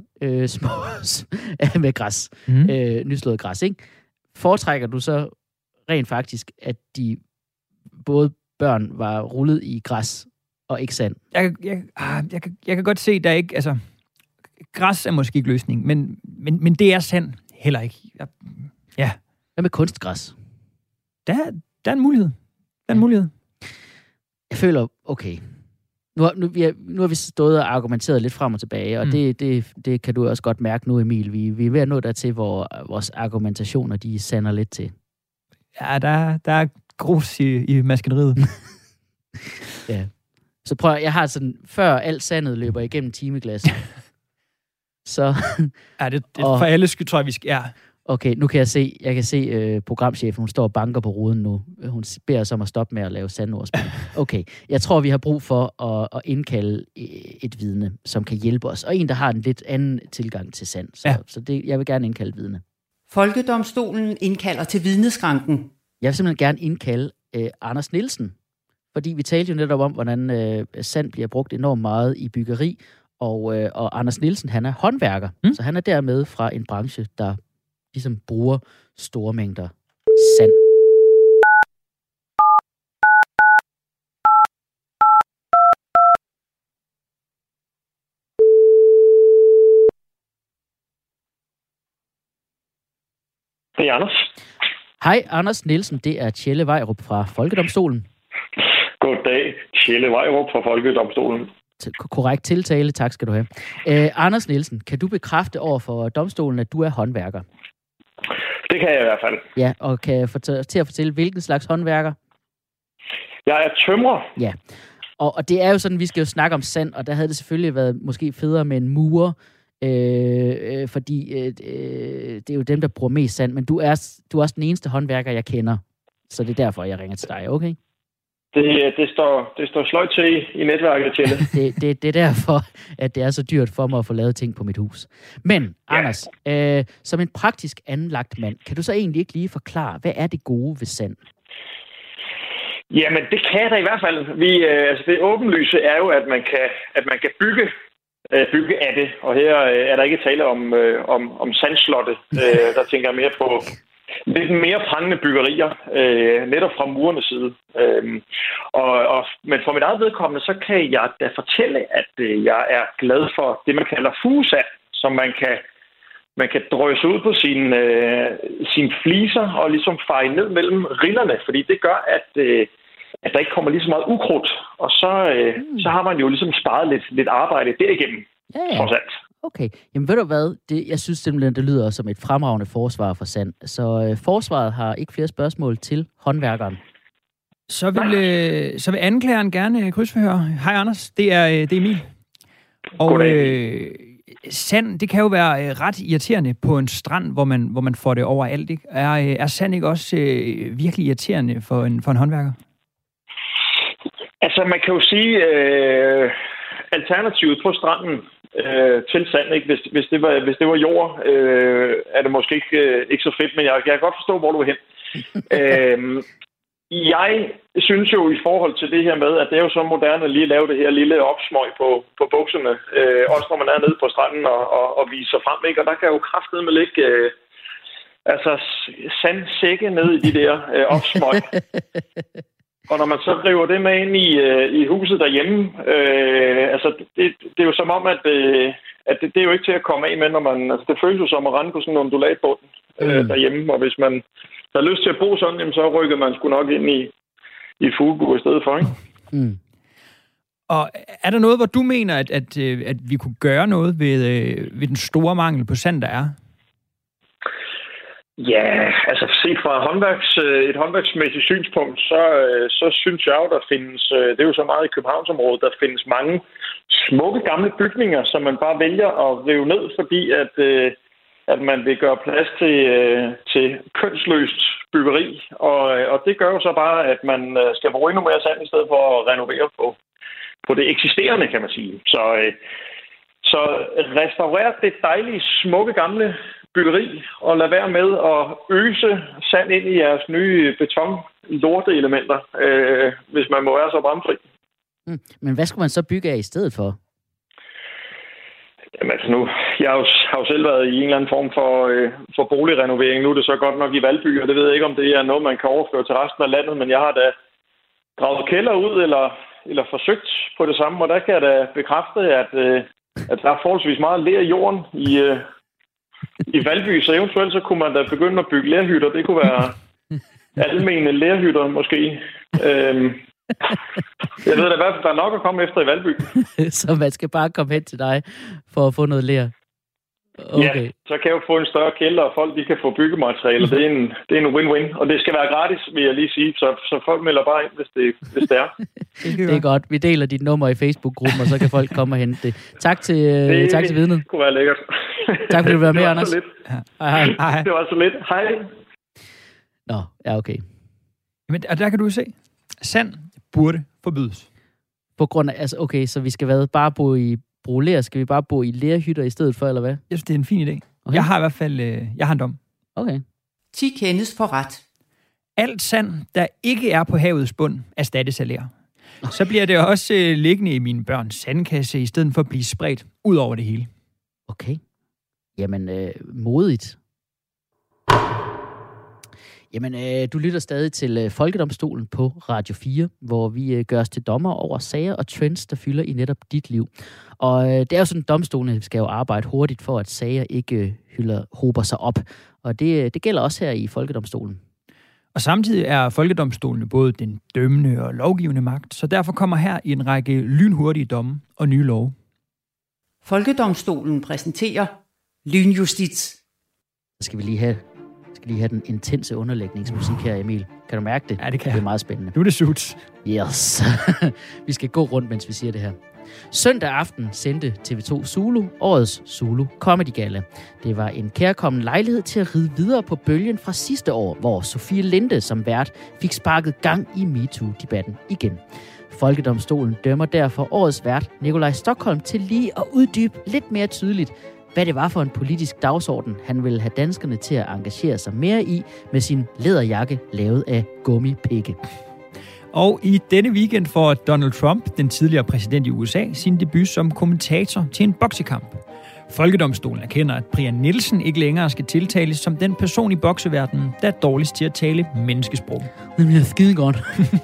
S2: med græs. Mm. Nyslået græs, ikke? Foretrækker du så rent faktisk, at de både børn var rullet i græs og ikke sand?
S3: Jeg kan godt se, der ikke... Altså, græs er måske ikke løsning, men det er sand heller ikke. Ja.
S2: Hvad med kunstgræs?
S3: Der er en mulighed. Mulighed.
S2: Jeg føler, okay... Nu har vi stået og argumenteret lidt frem og tilbage, og det kan du også godt mærke nu, Emil. Vi er ved at nå dertil, hvor vores argumentationer, de sander lidt til.
S3: Ja, der er grus i maskineriet.
S2: Ja. Så prøv, jeg har sådan, før alt sandet løber igennem timeglasset. Så...
S3: Ja, det for alle skyld, tror jeg, vi skal... Ja.
S2: Okay, nu kan jeg se programchefen, hun står og banker på ruden nu. Hun beder os om at stoppe med at lave sandordspil. Okay, jeg tror, vi har brug for at indkalde et vidne, som kan hjælpe os. Og en, der har en lidt anden tilgang til sand. Så jeg vil gerne indkalde et vidne.
S1: Folkedomstolen indkalder til vidneskranken.
S2: Jeg vil simpelthen gerne indkalde Anders Nielsen. Fordi vi talte jo netop om, hvordan sand bliver brugt enormt meget i byggeri. Og Anders Nielsen, han er håndværker. Så han er dermed fra en branche, der ligesom bruger store mængder sand.
S4: Det er Anders.
S2: Hej, Anders Nielsen. Det er Tjelle Vejrup fra Folkedomstolen.
S4: Goddag, Tjelle Vejrup fra Folkedomstolen.
S2: Korrekt tiltale, tak skal du have. Anders Nielsen, kan du bekræfte over for domstolen, at du er håndværker?
S4: Det kan jeg i hvert fald.
S2: Ja, og kan jeg få til at fortælle, hvilken slags håndværker? Jeg
S4: er tømrer.
S2: Ja, og det er jo sådan, vi skal jo snakke om sand, og der havde det selvfølgelig været måske federe med en murer, fordi det er jo dem, der bruger mest sand, men du er også den eneste håndværker, jeg kender, så det er derfor, jeg ringer til dig, okay?
S4: Det står sløjt til i netværket, Tjelle.
S2: Det er derfor, at det er så dyrt for mig at få lavet ting på mit hus. Men, ja. Anders, som en praktisk anlagt mand, kan du så egentlig ikke lige forklare, hvad er det gode ved sand?
S4: Jamen, det kan jeg da i hvert fald. Det åbenlyse er jo, at man kan bygge af det. Og her er der ikke tale om sandslotte. Der tænker jeg mere på lidt mere prangende byggerier, netop fra murernes side. Men for mit eget vedkommende, så kan jeg da fortælle, at jeg er glad for det, man kalder fugesand, som man kan drøse ud på sine fliser og ligesom feje ned mellem rillerne, fordi det gør, at der ikke kommer lige så meget ukrudt. Og så har man jo ligesom sparet lidt arbejde derigennem, trods alt.
S2: Okay. Jamen ved du hvad? Jeg synes simpelthen, det lyder som et fremragende forsvar for sand. Så forsvaret har ikke flere spørgsmål til håndværkeren.
S3: Så vil anklageren gerne krydsforhøre. Hej Anders, det er Emil. Og sand, det kan jo være ret irriterende på en strand, hvor man får det overalt, ikke? Er sand ikke også virkelig irriterende for en håndværker?
S4: Altså, man kan jo sige, alternativet på stranden til sand, ikke? Hvis det var jord, er det måske ikke så fedt, men jeg kan godt forstå, hvor du er hen. Jeg synes jo i forhold til det her med, at det er jo så moderne at lige lave det her lille opsmøg på bukserne, også når man er nede på stranden og viser frem, ikke? Og der kan jo kraftedeme ligge sandsække ned i de der opsmøg. Og når man så river det med ind i huset derhjemme, det er jo som om, at det er jo ikke til at komme af med, når man, altså det føles jo som at rende på sådan en undulatbund derhjemme, og hvis man har lyst til at bo sådan, jamen, så rykker man sgu nok ind i fuglebur i stedet for, ikke? Mm.
S3: Og er der noget, hvor du mener, at vi kunne gøre noget ved den store mangel på sand, der er?
S4: Ja, altså set fra et håndværksmæssigt synspunkt, så synes jeg jo, der findes, det er jo så meget i Københavnsområdet, der findes mange smukke gamle bygninger, som man bare vælger at rive ned, fordi at man vil gøre plads til kønsløst byggeri. Og det gør jo så bare, at man skal bruge endnu mere sand i stedet for at renovere på det eksisterende, kan man sige. Så restaurere det dejlige, smukke gamle byggeri, og lad være med at øse sand ind i jeres nye beton-lorteelementer, hvis man må være så bramfri.
S2: Men hvad skulle man så bygge af i stedet for?
S4: Jamen altså nu, jeg har jo selv været i en eller anden form for boligrenovering. Nu er det så godt nok i Valby, og det ved jeg ikke, om det er noget, man kan overføre til resten af landet, men jeg har da gravet kælder ud, eller forsøgt på det samme, og der kan jeg da bekræfte, at der er forholdsvis meget ler i jorden i Valby, så eventuelt så kunne man da begynde at bygge lerhytter. Det kunne være almene lerhytter, måske. Jeg ved da i hvert fald, der er nok at komme efter i Valby.
S2: Så man skal bare komme hen til dig for at få noget ler? Okay.
S4: Ja, så kan jeg jo få en større kælder, og folk de kan få byggematerialer. Det er en win-win, og det skal være gratis, vil jeg lige sige. Så folk melder bare ind, hvis det er.
S2: Det er godt. Vi deler dit nummer i Facebook-gruppen, og så kan folk komme og hente det. Tak til vidnet.
S4: Det kunne være lækkert.
S2: Tak fordi du var med, Anders.
S4: Hej. Det var så lidt. Hej.
S2: Nå, ja, okay.
S3: Men der kan du se, sand burde forbydes.
S2: På grund af, altså okay, så vi skal bare bo i ler, skal vi bare bo i lerhytter i stedet for, eller hvad?
S3: Jeg synes, det er en fin idé. Okay. Jeg har i hvert fald en dom.
S2: Okay.
S1: 10 kendes for ret.
S3: Alt sand, der ikke er på havets bund, erstattes af ler. Så bliver det også liggende i mine børns sandkasse, i stedet for at blive spredt ud over det hele.
S2: Okay. Jamen, modigt. Jamen, du lytter stadig til Folkedomstolen på Radio 4, hvor vi gør os til dommer over sager og trends, der fylder i netop dit liv. Og det er jo sådan, at domstolene skal jo arbejde hurtigt for, at sager ikke hober sig op. Og det gælder også her i Folkedomstolen.
S3: Og samtidig er Folkedomstolen både den dømmende og lovgivende magt, så derfor kommer her i en række lynhurtige domme og nye love.
S1: Folkedomstolen præsenterer lynjustits.
S2: Så skal vi lige have den intense underlægningsmusik her, Emil. Kan du mærke det?
S3: Ja, det kan
S2: Det er meget spændende.
S3: Nu er det suits.
S2: Yes. Vi skal gå rundt, mens vi siger det her. Søndag aften sendte TV2 Zulu årets Zulu Comedy Gala. Det var en kærkommen lejlighed til at ride videre på bølgen fra sidste år, hvor Sofie Linde som vært fik sparket gang i MeToo-debatten igen. Folkedomstolen dømmer derfor årets vært Nikolaj Stokholm til lige at uddybe lidt mere tydeligt, hvad det var for en politisk dagsorden, han ville have danskerne til at engagere sig mere i med sin læderjakke lavet af gummipikke.
S3: Og i denne weekend får Donald Trump, den tidligere præsident i USA, sin debut som kommentator til en boksekamp. Folkedomstolen erkender, at Brian Nielsen ikke længere skal tiltales som den person i bokseverdenen, der er dårligst til at tale menneskesprog.
S2: Det bliver skide godt.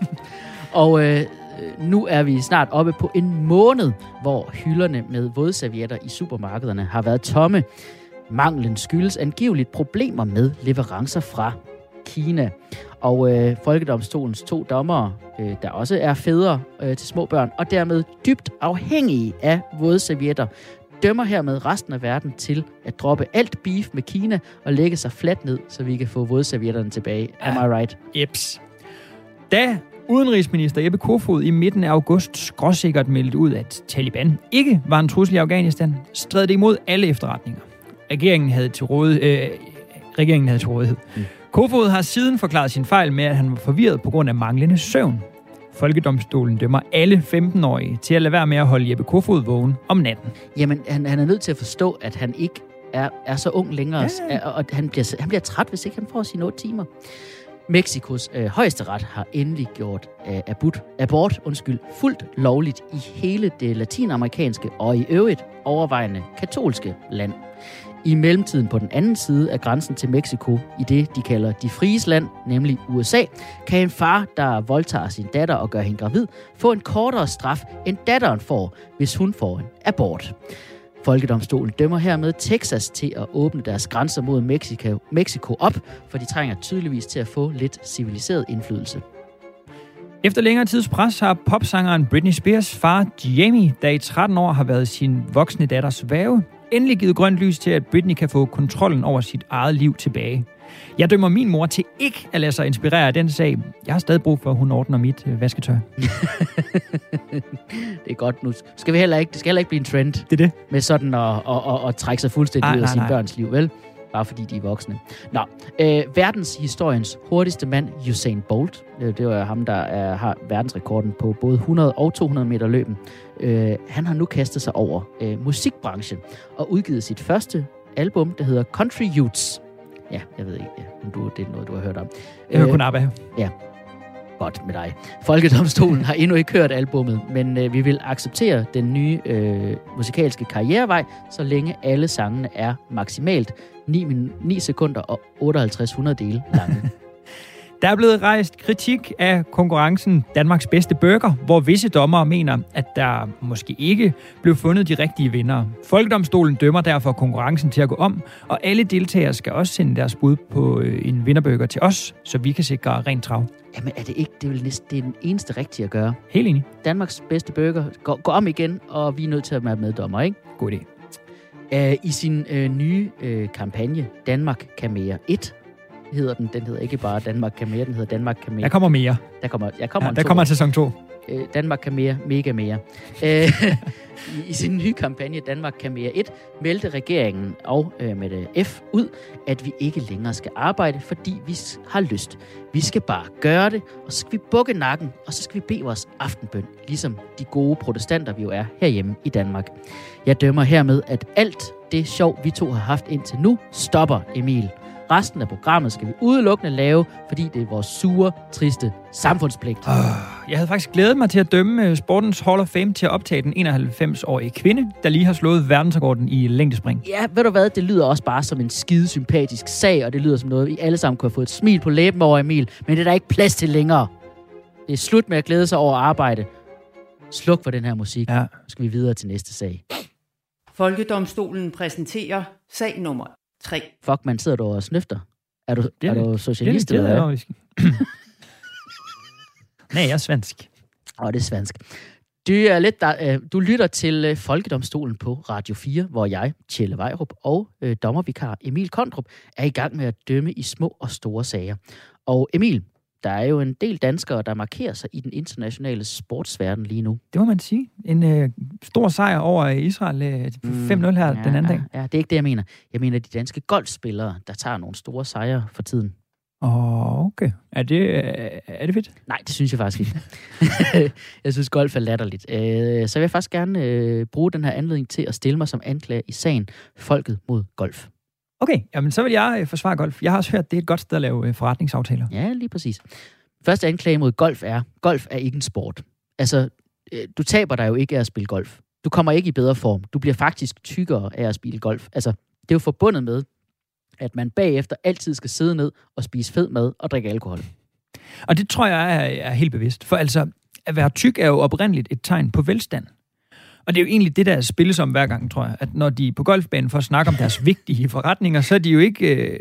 S2: Og nu er vi snart oppe på en måned, hvor hylderne med vådservietter i supermarkederne har været tomme. Manglen skyldes angiveligt problemer med leverancer fra Kina. Og Folkedomstolens 2 dommere, der også er fædre til små børn, og dermed dybt afhængige af vådservietter, dømmer hermed resten af verden til at droppe alt beef med Kina og lægge sig fladt ned, så vi kan få vådservietterne tilbage. Am I right?
S3: Jeps. Da udenrigsminister Jeppe Kofod i midten af august skråsikkert meldte ud, at Taliban ikke var en trussel i Afghanistan, stred det imod alle efterretninger. Regeringen havde til rådighed. Kofod har siden forklaret sin fejl med, at han var forvirret på grund af manglende søvn. Folkedomstolen dømmer alle 15-årige til at lade være med at holde Jeppe Kofod vågen om natten.
S2: Jamen, han er nødt til at forstå, at han ikke er så ung længere, og han bliver træt, hvis ikke han får sine 8 timer. Mexikos højesteret har endelig gjort abort fuldt lovligt i hele det latinamerikanske og i øvrigt overvejende katolske land. I mellemtiden på den anden side af grænsen til Mexico, i det de kalder de fries land, nemlig USA, kan en far, der voldtager sin datter og gør hende gravid, få en kortere straf, end datteren får, hvis hun får en abort. Folkedomstolen dømmer hermed Texas til at åbne deres grænser mod Mexico op, for de trænger tydeligvis til at få lidt civiliseret indflydelse.
S3: Efter længere tids pres har popsangeren Britney Spears far Jamie, der i 13 år har været sin voksne datters værge, endelig givet grønt lys til, at Britney kan få kontrollen over sit eget liv tilbage. Jeg dømmer min mor til ikke at lade sig inspirere af den sag. Jeg har stadig brug for, at hun ordner mit vasketøj.
S2: Det er godt nu. Det skal heller ikke blive en trend.
S3: Det er det.
S2: Med sådan at trække sig fuldstændig ud af sine børns liv, vel? Bare fordi de er voksne. Nå, verdenshistoriens hurtigste mand, Usain Bolt, det var ham, der har verdensrekorden på både 100 og 200 meter løben. Han har nu kastet sig over musikbranchen og udgivet sit første album, der hedder Country Youths. Ja, jeg ved ikke, om det er noget, du har hørt om.
S3: Jeg hører kun ABBA.
S2: Ja, godt med dig. Folkedomstolen har endnu ikke hørt albummet, men vi vil acceptere den nye musikalske karrierevej, så længe alle sangene er maksimalt 9 sekunder og 58 hundrededele lange.
S3: Der er blevet rejst kritik af konkurrencen Danmarks bedste burger, hvor visse dommere mener, at der måske ikke blev fundet de rigtige vindere. Folkedomstolen dømmer derfor konkurrencen til at gå om, og alle deltagere skal også sende deres bud på en vinderburger til os, så vi kan sikre rent trav.
S2: Jamen er det ikke, det er den eneste rigtige at gøre.
S3: Helt enig.
S2: Danmarks bedste burger går om igen, og vi er nødt til at være meddommer, ikke?
S3: God idé.
S2: I sin nye kampagne, Danmark kan mere 1, hedder den. Den hedder ikke bare Danmark kan mere, den hedder Danmark kan mere.
S3: Der kommer mere.
S2: Der
S3: kommer en sæson 2.
S2: Danmark kan mere, mega mere. I sin nye kampagne, Danmark kan mere 1, meldte regeringen og med det F ud, at vi ikke længere skal arbejde, fordi vi har lyst. Vi skal bare gøre det, og så skal vi bukke nakken, og så skal vi bede vores aftenbøn, ligesom de gode protestanter, vi jo er herhjemme i Danmark. Jeg dømmer hermed, at alt det sjov, vi to har haft indtil nu, stopper, Emil. Resten af programmet skal vi udelukkende lave, fordi det er vores sure, triste samfundspligt.
S3: Jeg havde faktisk glædet mig til at dømme Sportens Hall of Fame til at optage den 91-årige kvinde, der lige har slået verdensrekorden i længdespring.
S2: Ja, ved du hvad? Det lyder også bare som en skide sympatisk sag, og det lyder som noget, vi alle sammen kunne have fået et smil på læben over, Emil. Men det er der ikke plads til længere. Det er slut med at glæde sig over arbejde. Sluk for den her musik.
S3: Ja.
S2: Nu skal vi videre til næste sag.
S1: Folkedomstolen præsenterer sag nummer 3.
S2: Fuck, man sidder der og snøfter. Er du socialist?
S3: Nej, jeg er svensk.
S2: Det er svensk. Du lytter til Folkedomstolen på Radio 4, hvor jeg, Tjelle Vejrup, og dommervikar Emil Kondrup er i gang med at dømme i små og store sager. Og Emil, der er jo en del danskere, der markerer sig i den internationale sportsverden lige nu.
S3: Det må man sige. En stor sejr over Israel 5-0 her den anden dag.
S2: Ja, det er ikke det, jeg mener. Jeg mener de danske golfspillere, der tager nogle store sejre for tiden.
S3: Okay. Er det fedt?
S2: Nej, det synes jeg faktisk ikke. Jeg synes, golf er latterligt. Så vil jeg faktisk gerne bruge den her anledning til at stille mig som anklager i sagen Folket mod golf.
S3: Okay, jamen så vil jeg forsvare golf. Jeg har også hørt, at det er et godt sted at lave forretningsaftaler.
S2: Ja, lige præcis. Første anklage mod golf er ikke en sport. Altså, du taber dig jo ikke af at spille golf. Du kommer ikke i bedre form. Du bliver faktisk tykkere af at spille golf. Altså, det er jo forbundet med, at man bagefter altid skal sidde ned og spise fed mad og drikke alkohol.
S3: Og det tror jeg er helt bevidst. For altså, at være tyk er jo oprindeligt et tegn på velstand. Og det er jo egentlig det, der spilles om hver gang, tror jeg. At når de er på golfbanen for at snakke om deres vigtige forretninger, så er de jo ikke,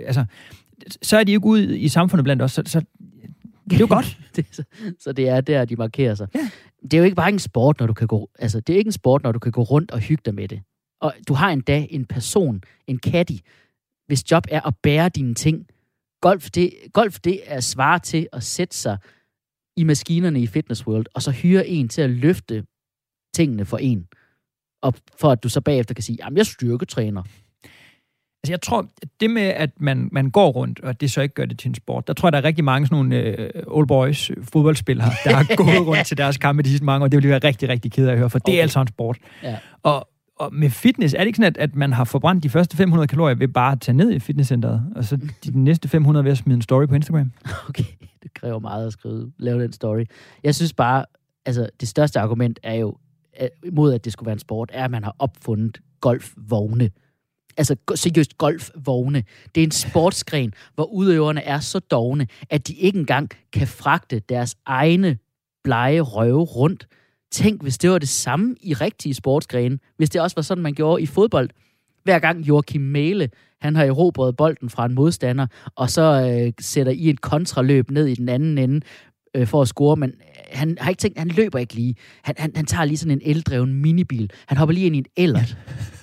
S3: så er de jo ikke ude i samfundet blandt os. Så det er jo godt.
S2: Så det er der, de markerer sig.
S3: Ja.
S2: Det er jo ikke bare en sport, når du kan gå, det er ikke en sport, når du kan gå rundt og hygge dig med det. Og du har endda en person, en caddy, hvis job er at bære dine ting. Golf, det er svar til at sætte sig i maskinerne i Fitness World, og så hyre en til at løfte tingene for en. Og for at du så bagefter kan sige, jamen jeg styrketræner.
S3: Altså jeg tror, det med, at man går rundt, og det så ikke gør det til en sport, der tror jeg, der er rigtig mange sådan nogle old boys fodboldspillere, der har gået rundt til deres kampe de sidste mange år, og det vil de være rigtig, rigtig ked af at høre, for det er altså en sport. Ja. Og med fitness, er det ikke sådan, at man har forbrændt de første 500 kalorier ved bare at tage ned i fitnesscenteret, og så de næste 500 ved at smide en story på Instagram?
S2: Okay, det kræver meget at lave den story. Jeg synes bare, altså det største argument er jo, imod at det skulle være en sport, er, at man har opfundet golfvogne. Altså seriøst golfvogne. Det er en sportsgren, hvor udøverne er så dovne, at de ikke engang kan fragte deres egne blege røve rundt. Tænk, hvis det var det samme i rigtige sportsgrene. Hvis det også var sådan, man gjorde i fodbold. Hver gang Joachim Mæhle, han har erobret bolden fra en modstander, og så sætter i et kontraløb ned i den anden ende for at score, men han har ikke tænkt, han løber ikke lige. Han tager lige sådan en eldreven minibil. Han hopper lige ind i en ellert.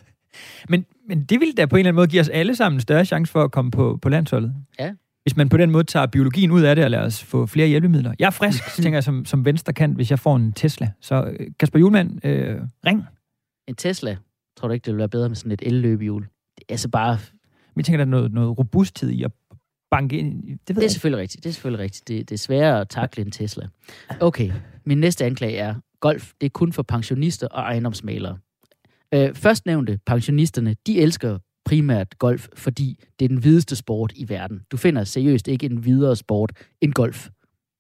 S3: Men det ville da på en eller anden måde give os alle sammen en større chance for at komme på landsholdet.
S2: Ja.
S3: Hvis man på den måde tager biologien ud af det og lader os få flere hjælpemidler. Jeg er frisk, tænker jeg, som venstrekant, hvis jeg får en Tesla. Så Kasper Hjulmand, ring. En
S2: Tesla? Tror du ikke, det ville være bedre med sådan et elløbehjul? Det er altså bare...
S3: Vi tænker, der er noget robusthed i at banke ind.
S2: Det er selvfølgelig rigtigt. Det er sværere at takle en Tesla. Okay, min næste anklage er, golf, det er kun for pensionister og ejendomsmalere. Førstnævnte pensionisterne, de elsker primært golf, fordi det er den videste sport i verden. Du finder seriøst ikke en videre sport end golf.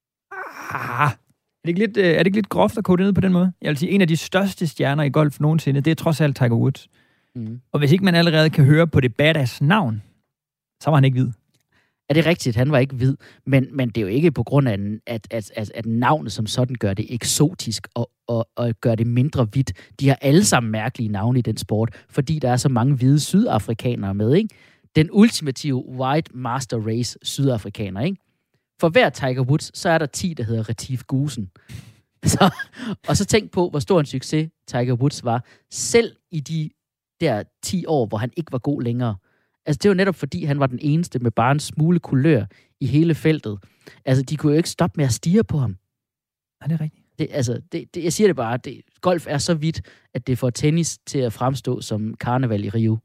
S3: Er det ikke lidt groft at kode ned på den måde? Jeg vil sige, en af de største stjerner i golf nogensinde, det er trods alt Tiger Woods. Mm. Og hvis ikke man allerede kan høre på det badass navn, så var han ikke hvid.
S2: Er det rigtigt? Han var ikke hvid, men det er jo ikke på grund af, at navnet som sådan gør det eksotisk og gør det mindre hvidt. De har alle sammen mærkelige navne i den sport, fordi der er så mange hvide sydafrikanere med, ikke? Den ultimative White Master Race sydafrikaner, ikke? For hver Tiger Woods, så er der 10, der hedder Retief Goosen. Og så tænk på, hvor stor en succes Tiger Woods var, selv i de der 10 år, hvor han ikke var god længere. Altså, det var netop fordi, han var den eneste med bare en smule kulør i hele feltet. Altså, de kunne jo ikke stoppe med at stirre på ham.
S3: Ja, det er rigtigt.
S2: Jeg siger det bare, golf er så vidt, at det får tennis til at fremstå som karneval i Rio.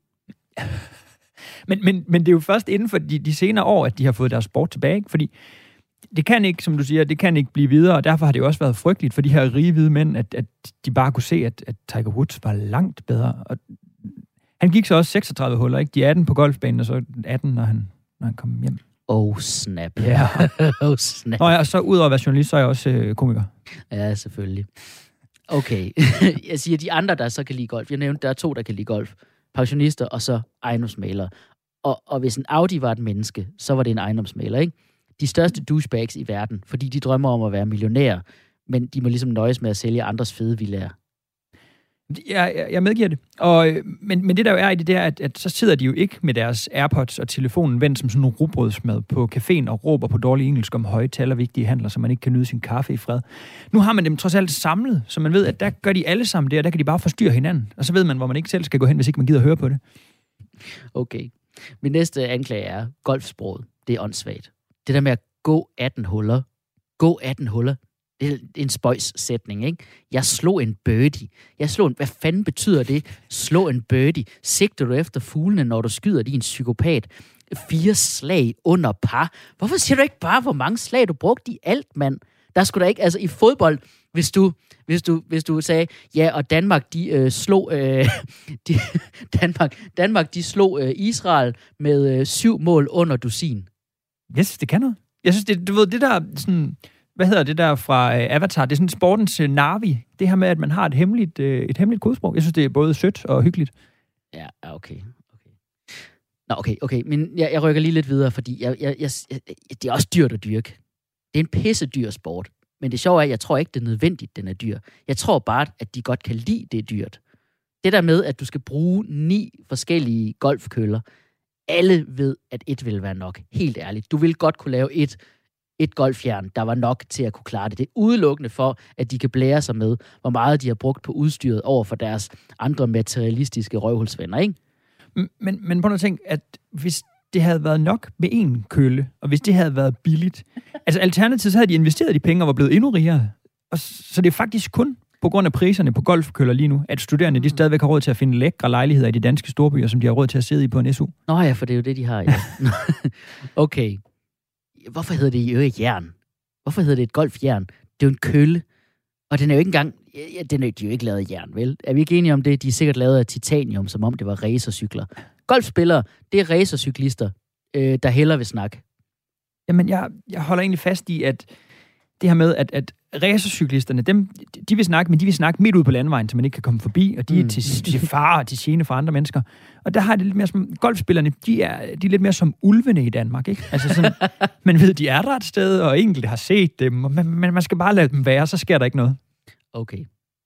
S3: Men det er jo først inden for de senere år, at de har fået deres sport tilbage, ikke? Fordi det kan ikke, som du siger, det kan ikke blive videre, og derfor har det jo også været frygteligt for de her rige hvide mænd, at de bare kunne se, at Tiger Woods var langt bedre. Og han gik så også 36 huller, ikke? De 18 på golfbanen, og så 18, når han kom hjem.
S2: Oh, snap.
S3: Ja.
S2: Oh, snap.
S3: Nå ja, og så udover at være journalist, så er jeg også komiker.
S2: Ja, selvfølgelig. Okay. Jeg siger, de andre, der så kan lide golf. Jeg nævnte, der er 2, der kan lide golf. Pensionister og så ejendomsmalere. Og hvis en Audi var et menneske, så var det en ejendomsmaler, ikke? De største douchebags i verden, fordi de drømmer om at være millionærer, men de må ligesom nøjes med at sælge andres fede villaer.
S3: Jeg medgiver det. Men det der jo er i det, der, at så sidder de jo ikke med deres AirPods og telefonen vendt som sådan nogle rugbrødsmad på caféen og råber på dårlig engelsk om højtalervigtige handler, så man ikke kan nyde sin kaffe i fred. Nu har man dem trods alt samlet, så man ved, at der gør de alle sammen det, og der kan de bare forstyrre hinanden. Og så ved man, hvor man ikke selv skal gå hen, hvis ikke man gider høre på det. Okay. Min næste anklage er golfsproget. Det er åndssvagt. Det der med at gå 18 huller. Gå 18 huller. Det er en spøjs-sætning, ikke? Jeg slog en birdie. Hvad fanden betyder det? Slå en birdie. Sigter du efter fuglene, når du skyder din psykopat? 4 slag under par. Hvorfor siger du ikke bare, hvor mange slag du brugte i alt, mand? Der skulle da ikke, altså i fodbold, hvis du sagde, ja, og Danmark, de slog Danmark, de slog Israel med 7 mål under dusin. Jeg synes, det kan noget. Jeg synes, du ved, det der sådan... Hvad hedder det der fra Avatar? Det er sådan sportens Navi. Det her med, at man har et hemmeligt kodesprog. Jeg synes, det er både sødt og hyggeligt. Ja, okay. Nå, okay. Men jeg rykker lige lidt videre, fordi det er også dyrt at dyrke. Det er en pisse dyr sport. Men det sjove er, at jeg tror ikke, det er nødvendigt, den er dyr. Jeg tror bare, at de godt kan lide, det er dyrt. Det der med, at du skal bruge 9 forskellige golfkøller. Alle ved, at et vil være nok. Helt ærligt. Du vil godt kunne lave et golfjern, der var nok til at kunne klare det. Det er udelukkende for, at de kan blære sig med, hvor meget de har brugt på udstyret over for deres andre materialistiske røvhulsvenner, ikke? Men på noget ting, at hvis det havde været nok med en kølle, og hvis det havde været billigt, altså alternativt så havde de investeret de penge og var blevet endnu rigere. Og så det er faktisk kun på grund af priserne på golfkøller lige nu, at studerende de stadigvæk har råd til at finde lækre lejligheder i de danske storbyer, som de har råd til at sidde i på en SU. Nå ja, for det er jo det, de har, ja. Okay. Hvorfor hedder det i øvrigt jern? Hvorfor hedder det et golfjern? Det er jo en kølle. Og den er jo ikke engang... de er jo ikke lavet af jern, vel? Er vi ikke enige om det? De er sikkert lavet af titanium, som om det var racercykler. Golfspillere, det er racercyklister, der hellere vil snakke. Jamen, jeg holder egentlig fast i, at det her med, at racercyklisterne, de vil snakke, men de vil snakke midt ud på landvejen, så man ikke kan komme forbi, og de er til fare og til gene for andre mennesker. Og der har det lidt mere som... Golfspillerne, de er lidt mere som ulvene i Danmark, ikke? Altså sådan, man ved, de er der et sted, og enkelte har set dem, men man skal bare lade dem være, så sker der ikke noget. Okay.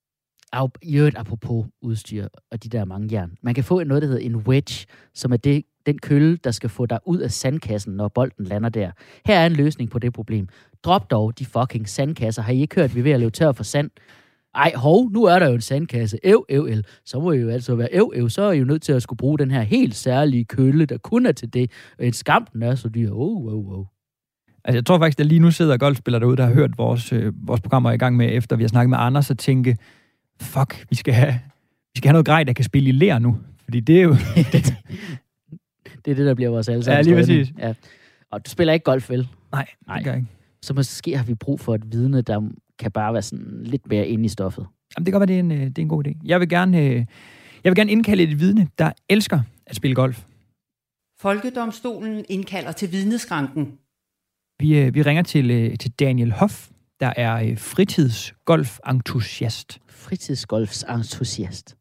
S3: I øvrigt apropos udstyr og de der mange jern. Man kan få noget, der hedder en wedge, som er den kølle, der skal få dig ud af sandkassen, når bolden lander der. Her er en løsning på det problem. Drop dog de fucking sandkasser. Har I ikke hørt, vi er ved at løbe tør for sand? Ej, nu er der jo en sandkasse. Så må I jo altså være så er I jo nødt til at skulle bruge den her helt særlige kølle, der kun er til det. En skam, den er så dyr. Altså, jeg tror faktisk, at lige nu sidder golfspillere derude, der har hørt vores programmer i gang med, efter vi har snakket med Anders, og tænke, fuck, vi skal have noget grej, der kan spille i ler nu. Fordi det er jo... det er det, der bliver vores allesammen. Ja, lige præcis. Ja. Og du spiller ikke golf, vel? Nej, det gør jeg ikke. Så måske har vi brug for et vidne, der kan bare være sådan lidt mere inde i stoffet. Jamen, det kan godt være, det er en god idé. Jeg vil gerne indkalde et vidne, der elsker at spille golf.
S1: Folkedomstolen indkalder til vidneskranken.
S3: Vi ringer til Daniel Hoff, der er fritidsgolf-entusiast. Fritidsgolfs-entusiast.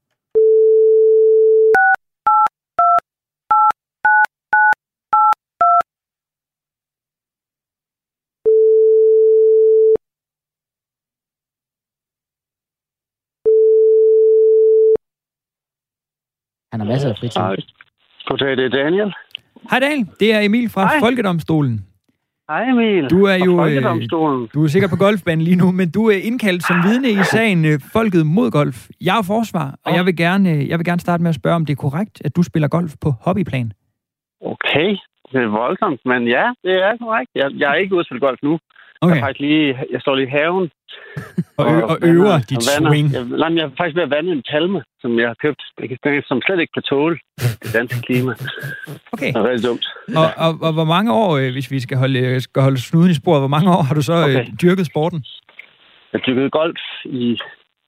S3: Han har masser af fritid.
S5: Goddag, det er Daniel.
S3: Hej Daniel, det er Emil fra Folkedomstolen.
S5: Hej Emil.
S3: Du er jo du er sikkert på golfbanen lige nu, men du er indkaldt som vidne i sagen Folket mod golf. Jeg er forsvar, og jeg vil gerne starte med at spørge, om det er korrekt, at du spiller golf på hobbyplan.
S5: Okay, det er voldsomt, men ja, det er korrekt. Jeg er ikke ude at spille golf nu. Okay. Jeg står lige i haven.
S3: og øver dit swing.
S5: Jeg er faktisk ved at vande en palme, som jeg har købt, som slet ikke kan tåle det danske klima.
S3: Okay.
S5: Det er rigtig dumt.
S3: Og hvor mange år, hvis vi skal holde snuden i sporet, hvor mange år har du så dyrket sporten?
S5: Jeg har dyrket golf i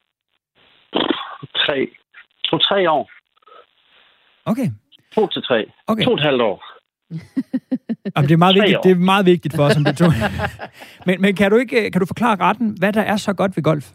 S5: 3 år.
S3: Okay.
S5: 2 til 3. Okay. 2,5 år.
S3: Jamen, det er meget vigtigt for os, som det tog. men kan du forklare retten, hvad der er så godt ved golf?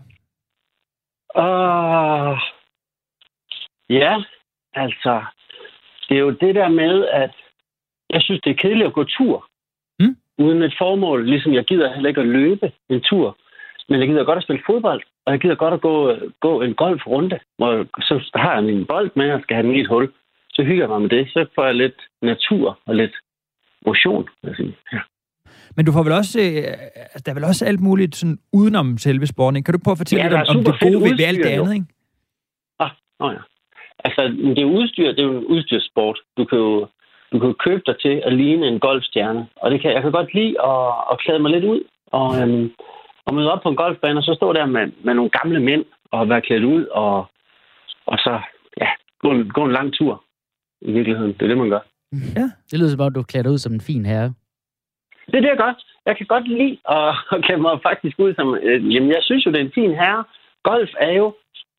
S5: Ja, altså, det er jo det der med, at jeg synes, det er kedeligt at gå tur. Uden et formål, ligesom jeg gider heller ikke at løbe en tur. Men jeg gider godt at spille fodbold, og jeg gider godt at gå en golfrunde, hvor så har jeg min bold med, og skal have den i et hul. Så hygger jeg mig med det. Så får jeg lidt natur og lidt motion, vil jeg sige. Ja.
S3: Men du får vel også, der er vel også alt muligt sådan udenom selve sporten. Kan du prøve at fortælle lidt om det gode ved alt det andet, ikke?
S5: Ja. Altså, det er udstyr, det er jo en udstyrssport. Du kan jo købe dig til at ligne en golfstjerne. Og jeg kan godt lide at klæde mig lidt ud og møde op på en golfbane, og så stå der med nogle gamle mænd og være klædt ud og så gå en lang tur i virkeligheden. Det er det, man gør.
S2: Ja. Det lyder som om, du klæder dig ud som en fin herre.
S5: Det er det, jeg gør. Jeg kan godt lide at klæde mig faktisk ud som... jeg synes jo, det er en fin herre. Golf er jo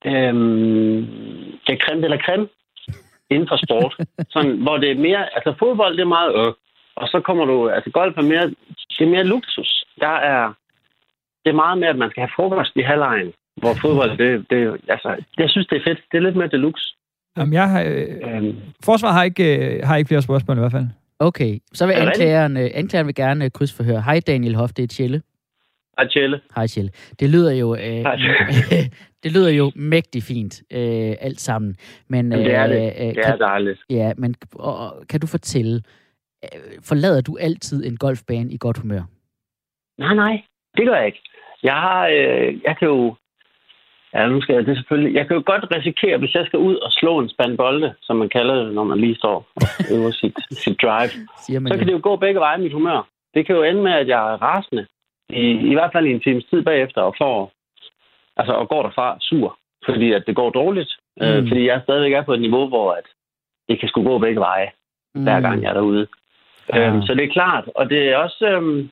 S5: det creme de la creme inden for sport. Sådan, hvor det er mere... Altså, fodbold, det er meget... og så kommer du... Altså, golf er mere... Det er mere luksus. Det er meget mere, at man skal have frokost i halvlejen. Hvor fodbold, det altså... Jeg synes, det er fedt. Det er lidt mere deluxe.
S3: Jamen, forsvaret har ikke flere spørgsmål i hvert fald.
S2: Okay, så vil anklageren vil gerne krydsforhøre. Hej Daniel Hoff, det er Tjelle.
S5: Hej Tjelle.
S2: Hej Tjelle. Det lyder jo mægtig fint, alt sammen. Men
S5: det er det. Det er dejligt.
S2: Ja, men kan du fortælle, forlader du altid en golfbane i godt humør?
S5: Nej, det gør jeg ikke. Jeg kan jo... Ja, nu skal jeg det selvfølgelig... Jeg kan jo godt risikere, hvis jeg skal ud og slå en spand bolde, som man kalder det, når man lige står og øver sit drive. Så kan det jo gå begge veje, mit humør. Det kan jo ende med, at jeg er rasende. I hvert fald i en times tid bagefter, og går derfra sur, fordi at det går dårligt. Fordi jeg stadigvæk er på et niveau, hvor at det kan sgu gå begge veje, hver gang jeg er derude. Så det er klart, og det er også...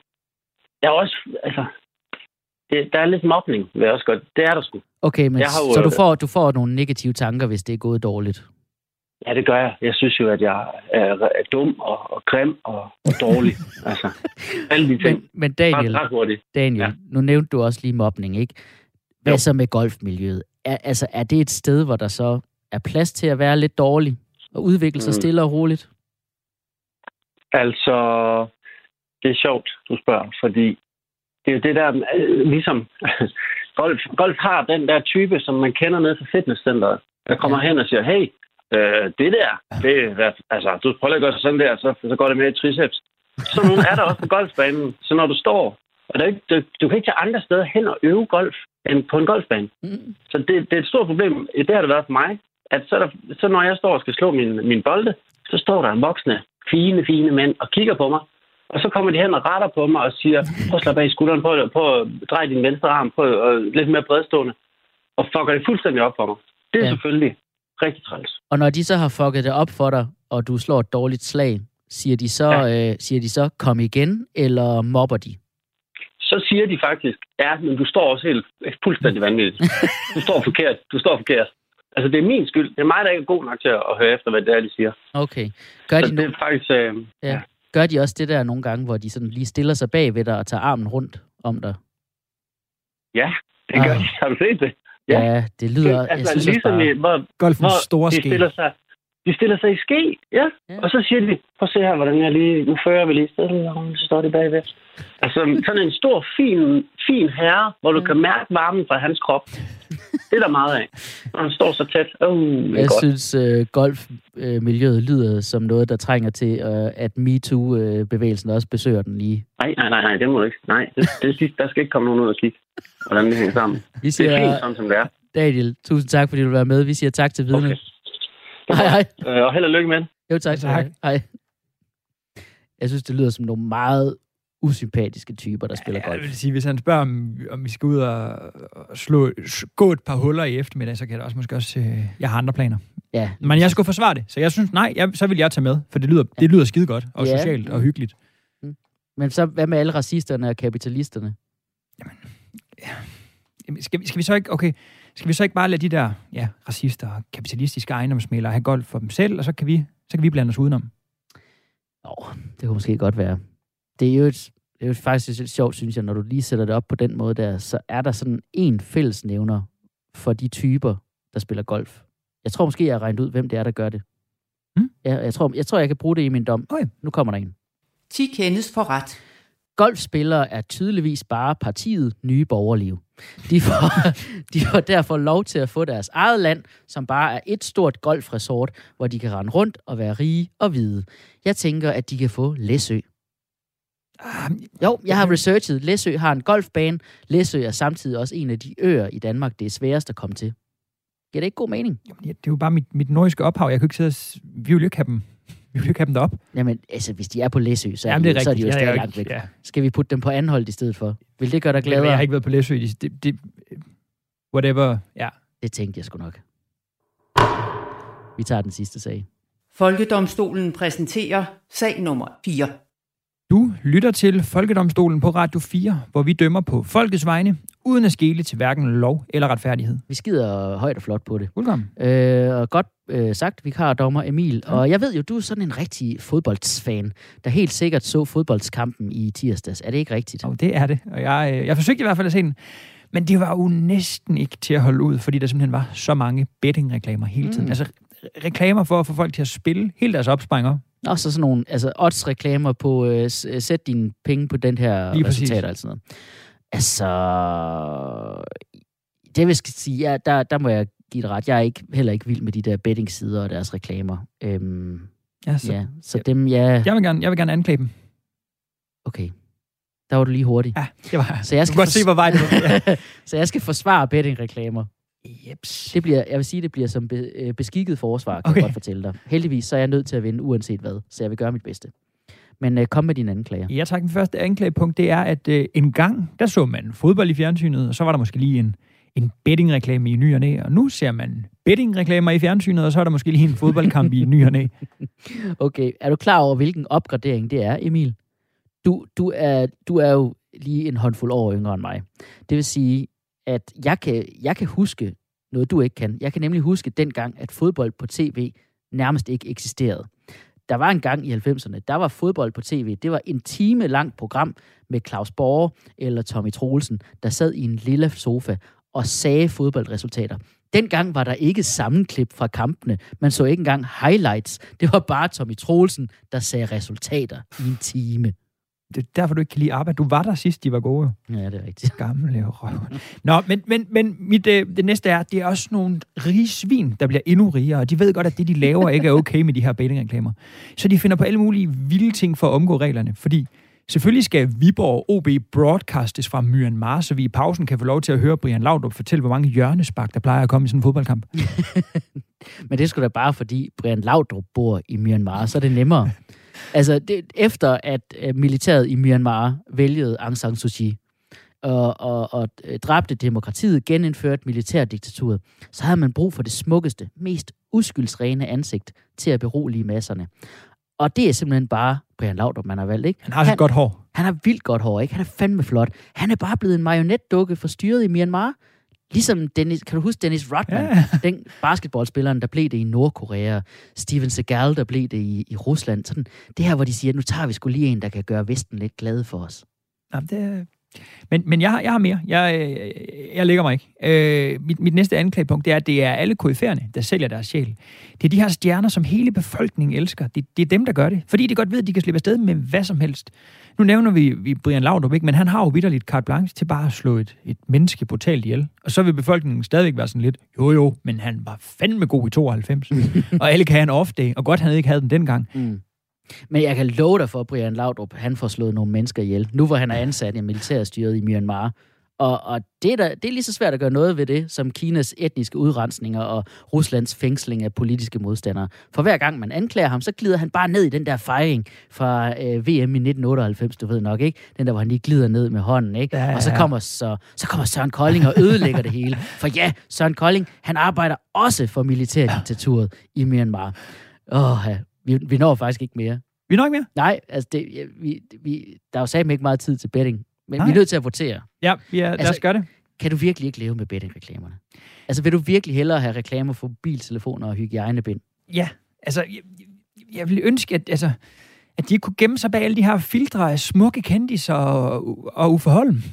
S5: der er lidt mobning, vil jeg også godt. Det er der sgu.
S2: Okay, men du får nogle negative tanker, hvis det er gået dårligt?
S5: Ja, det gør jeg. Jeg synes jo, at jeg er dum og grim og dårlig. Altså, alle de ting.
S2: Men Daniel, nu nævnte du også lige mobning, ikke? Hvad så med golfmiljøet? Er det et sted, hvor der så er plads til at være lidt dårlig og udvikle sig stille og roligt?
S5: Altså, det er sjovt, du spørger, fordi det er jo det der, ligesom golf har den der type, som man kender ned fra fitnesscenteret, der kommer hen og siger, hey, du prøver at gøre sådan der, så går det mere i triceps. Så nogen er der også på golfbanen, så når du står, og du kan ikke tage andre steder hen og øve golf, end på en golfbane. Så det er et stort problem, det har det været for mig, at så når jeg står og skal slå min bolde, så står der voksne, fine mænd og kigger på mig, og så kommer de hen og retter på mig og siger, prøv at slappe af i skulderen, på at dreje din venstre arm, på lidt mere bredstående, og fucker det fuldstændig op for mig. Det er selvfølgelig rigtig træls.
S2: Og når de så har fucket det op for dig, og du slår et dårligt slag, siger de så, kom igen, eller mobber de?
S5: Så siger de faktisk, men du står også helt fuldstændig vanvittigt. Du står forkert. Altså, det er min skyld. Det er mig, der ikke er god nok til at høre efter, hvad det er, de siger.
S2: Okay.
S5: Det er faktisk...
S2: Gør de også det der nogle gange, hvor de sådan lige stiller sig bag ved dig og tager armen rundt om dig?
S5: Ja, det gør de. Har du set det?
S2: Ja, det lyder... Jeg synes
S3: ligesom
S2: bare...
S3: Golfens store ske.
S5: De stiller sig i ske, ja. Og så siger de, prøv at se her, hvordan jeg lige... Nu fører vi lige stille, og så står det bagved. Altså, sådan en stor, fin herre, hvor du kan mærke varmen fra hans krop. Det er der meget af. Og han står så tæt.
S2: Jeg synes, golfmiljøet lyder som noget, der trænger til, at MeToo-bevægelsen også besøger den lige.
S5: Nej, det må du ikke. Nej, der skal ikke komme nogen ud og kigge, hvordan det hænger sammen. Det er fint, sådan som det er.
S2: Daniel, tusind tak, fordi du vil være med. Vi siger tak til vidne.
S5: Okay.
S2: Hej.
S5: Og held og lykke med.
S2: Jo, tak. Hej. Jeg synes, det lyder som nogle meget usympatiske typer, der spiller golf.
S3: Jeg vil sige, hvis han spørger, om vi skal ud og gå et par huller i eftermiddag, så kan jeg måske også... jeg har andre planer.
S2: Ja.
S3: Men jeg skulle forsvare det, så jeg synes, så vil jeg tage med, for det lyder skide godt, og socialt og hyggeligt.
S2: Men så, hvad med alle racisterne og kapitalisterne?
S3: Jamen, skal vi så ikke... Okay, skal vi så ikke bare lade de der racister og kapitalistiske ejendomsmælere have golf for dem selv, og så kan vi blande os udenom?
S2: Det kunne måske godt være. Det er jo faktisk lidt sjovt, synes jeg, når du lige sætter det op på den måde der, så er der sådan en fællesnævner for de typer, der spiller golf. Jeg tror måske, jeg har regnet ud, hvem det er, der gør det. Jeg tror, jeg kan bruge det i min dom.
S3: Okay.
S2: Nu kommer der en.
S1: 10 kendes for ret.
S2: Golfspillere er tydeligvis bare partiet Nye Borgerlige. De får derfor lov til at få deres eget land, som bare er et stort golfresort, hvor de kan rende rundt og være rige og hvide. Jeg tænker, at de kan få Læsø. Jo, jeg har researchet. Læsø har en golfbane. Læsø er samtidig også en af de øer i Danmark, det er sværest at komme til. Giver det ikke god mening?
S3: Jamen, det er jo bare mit nordiske ophav. Jeg kan ikke sidde vi vil jo ikke have dem. Vi vil ikke have dem derop.
S2: Jamen, altså, hvis de er på Læsø, så er de jo stadig langt væk. Ja. Skal vi putte dem på Anholt i stedet for? Vil det gøre dig gladere?
S3: Jeg har ikke været på Læsø. Whatever, ja.
S2: Det tænkte jeg sgu nok. Vi tager den sidste sag.
S1: Folkedomstolen præsenterer sag nummer 4.
S3: Du lytter til Folkedomstolen på Radio 4, hvor vi dømmer på folkets vegne, uden at skele til hverken lov eller retfærdighed.
S2: Vi skider højt og flot på det.
S3: Velkommen.
S2: Og godt sagt, vikardommer Emil. Ja. Og jeg ved jo, du er sådan en rigtig fodboldsfan, der helt sikkert så fodboldskampen i tirsdags. Er det ikke rigtigt?
S3: Jo, det er det. Og jeg forsøgte i hvert fald at se den. Men det var jo næsten ikke til at holde ud, fordi der simpelthen var så mange bettingreklamer hele tiden. Altså reklamer for at få folk til at spille hele deres opsparinger.
S2: Og så sådan nogle odds-reklamer på sæt dine penge på den her resultat og sådan noget. Altså, det vil sige, ja, der må jeg give det ret. Jeg er heller ikke vild med de der betting-sider og deres reklamer. Så dem, ja...
S3: Jeg vil gerne anklage dem.
S2: Okay. Der var du lige hurtig.
S3: Ja, det var jeg.
S2: Så jeg skal
S3: godt se, hvor vej det var. Ja.
S2: Så jeg skal forsvare betting-reklamer.
S3: Jeps.
S2: Jeg vil sige, det bliver som beskikket forsvar, kan jeg godt fortælle dig. Heldigvis så er jeg nødt til at vinde, uanset hvad. Så jeg vil gøre mit bedste. Men kom med dine anklager.
S3: Ja, tak. Den første anklagepunkt, det er, at en gang, der så man fodbold i fjernsynet, og så var der måske lige en betting-reklame i ny og næ, og nu ser man betting-reklamer i fjernsynet, og så er der måske lige en fodboldkamp i ny og næ.
S2: Okay, er du klar over, hvilken opgradering det er, Emil? Du er jo lige en håndfuld år yngre end mig. Det vil sige, at jeg kan huske noget, du ikke kan. Jeg kan nemlig huske dengang, at fodbold på tv nærmest ikke eksisterede. Der var en gang i 90'erne, der var fodbold på tv. Det var en time langt program med Claus Borge eller Tommy Troelsen, der sad i en lille sofa og sagde fodboldresultater. Dengang var der ikke sammenklip fra kampene. Man så ikke engang highlights. Det var bare Tommy Troelsen, der sagde resultater i en time.
S3: Det er derfor, du ikke kan lide arbejde. Du var der sidst, de var gode.
S2: Ja, det er rigtigt.
S3: Gamle røv. Nå, men det næste er, det er også nogle rige svin, der bliver endnu rigere, og de ved godt, at det, de laver, ikke er okay med de her bettingreklamer. Så de finder på alle mulige vilde ting for at omgå reglerne, fordi selvfølgelig skal Viborg OB broadcastes fra Myanmar, så vi i pausen kan få lov til at høre Brian Laudrup fortælle, hvor mange hjørnespark, der plejer at komme i sådan en fodboldkamp.
S2: Men det skulle da bare, fordi Brian Laudrup bor i Myanmar, så er det nemmere. Altså, efter at militæret i Myanmar vælgede Aung San Suu Kyi og dræbte demokratiet, genindførte militærdiktaturet, så havde man brug for det smukkeste, mest uskyldsrene ansigt til at berolige masserne. Og det er simpelthen bare Brian Laudrup, man har valgt, ikke?
S3: Han har så godt hår.
S2: Han har vildt godt hår, ikke? Han er fandme flot. Han er bare blevet en marionetdukke for styret i Myanmar. Ligesom Dennis, kan du huske Dennis Rodman? Ja. Den basketballspilleren, der blev det i Nordkorea. Steven Seagal, der blev det i Rusland. Sådan, det her, hvor de siger, nu tager vi sgu lige en, der kan gøre Vesten lidt glad for os.
S3: Jamen, men jeg har mere. Jeg lægger mig ikke. Mit næste anklagepunkt, det er, at det er alle koryfærerne, der sælger deres sjæl. Det er de her stjerner, som hele befolkningen elsker. Det er dem, der gør det. Fordi de godt ved, at de kan slippe afsted med hvad som helst. Nu nævner vi Brian Laudrup, ikke? Men han har jo vitterligt carte blanche til bare at slå et menneske brutalt ihjel. Og så vil befolkningen stadigvæk være sådan lidt, jo, men han var fandme god i 92. Og alle kan have en off-day, og godt han ikke havde den dengang.
S2: Mm. Men jeg kan love dig for, at Brian Laudrup, han får slået nogle mennesker ihjel. Nu hvor han er ansat i militærstyret i Myanmar. Og det er lige så svært at gøre noget ved det, som Kinas etniske udrensninger og Ruslands fængsling af politiske modstandere. For hver gang man anklager ham, så glider han bare ned i den der fejring fra VM i 1998, du ved nok, ikke? Den der, hvor han lige glider ned med hånden, ikke? Ja. Og så kommer Søren Kolding og ødelægger det hele. For ja, Søren Kolding, han arbejder også for militærdiktaturet i Myanmar. Vi når faktisk ikke mere.
S3: Vi når ikke mere?
S2: Nej, altså der er jo satme ikke meget tid til betting. Men vi er nødt til at votere.
S3: Ja, lad os gøre det.
S2: Kan du virkelig ikke leve med betting-reklamerne? Altså, vil du virkelig hellere have reklamer for mobiltelefoner og hygiejnebind?
S3: Ja, altså, jeg ville ønske, at de kunne gemme sig bag alle de her filtre af smukke kendiser og Uffe Holm.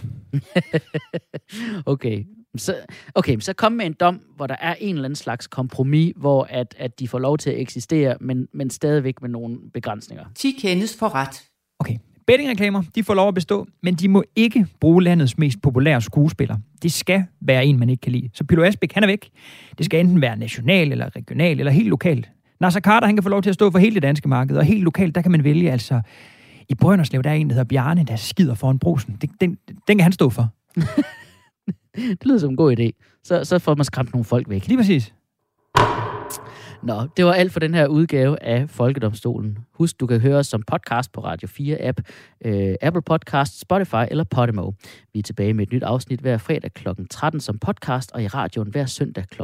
S2: Okay, så kom med en dom, hvor der er en eller anden slags kompromis, hvor at de får lov til at eksistere, men stadigvæk med nogle begrænsninger.
S1: 10 kendes for ret.
S3: Okay. Bettingreklamer, de får lov at bestå, men de må ikke bruge landets mest populære skuespiller. Det skal være en, man ikke kan lide. Så Pilo Asbæk, han er væk. Det skal enten være national eller regional eller helt lokalt. Naser Khader, han kan få lov til at stå for hele det danske marked, og helt lokalt, der kan man vælge, altså i Brønderslev, der er en, der hedder Bjarne, der skider foran Brugsen. Den kan han stå for.
S2: Det lyder som en god idé. Så får man skræmt nogle folk væk.
S3: Lige præcis.
S2: Nå, det var alt for den her udgave af Folkedomstolen. Husk, du kan høre os som podcast på Radio 4-app, Apple Podcast, Spotify eller Podimo. Vi er tilbage med et nyt afsnit hver fredag kl. 13 som podcast, og i radioen hver søndag kl.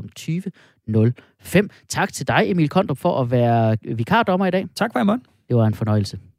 S2: 20.05. Tak til dig, Emil Kondrup, for at være vikardommer i dag.
S3: Tak for i morgen.
S2: Det var en fornøjelse.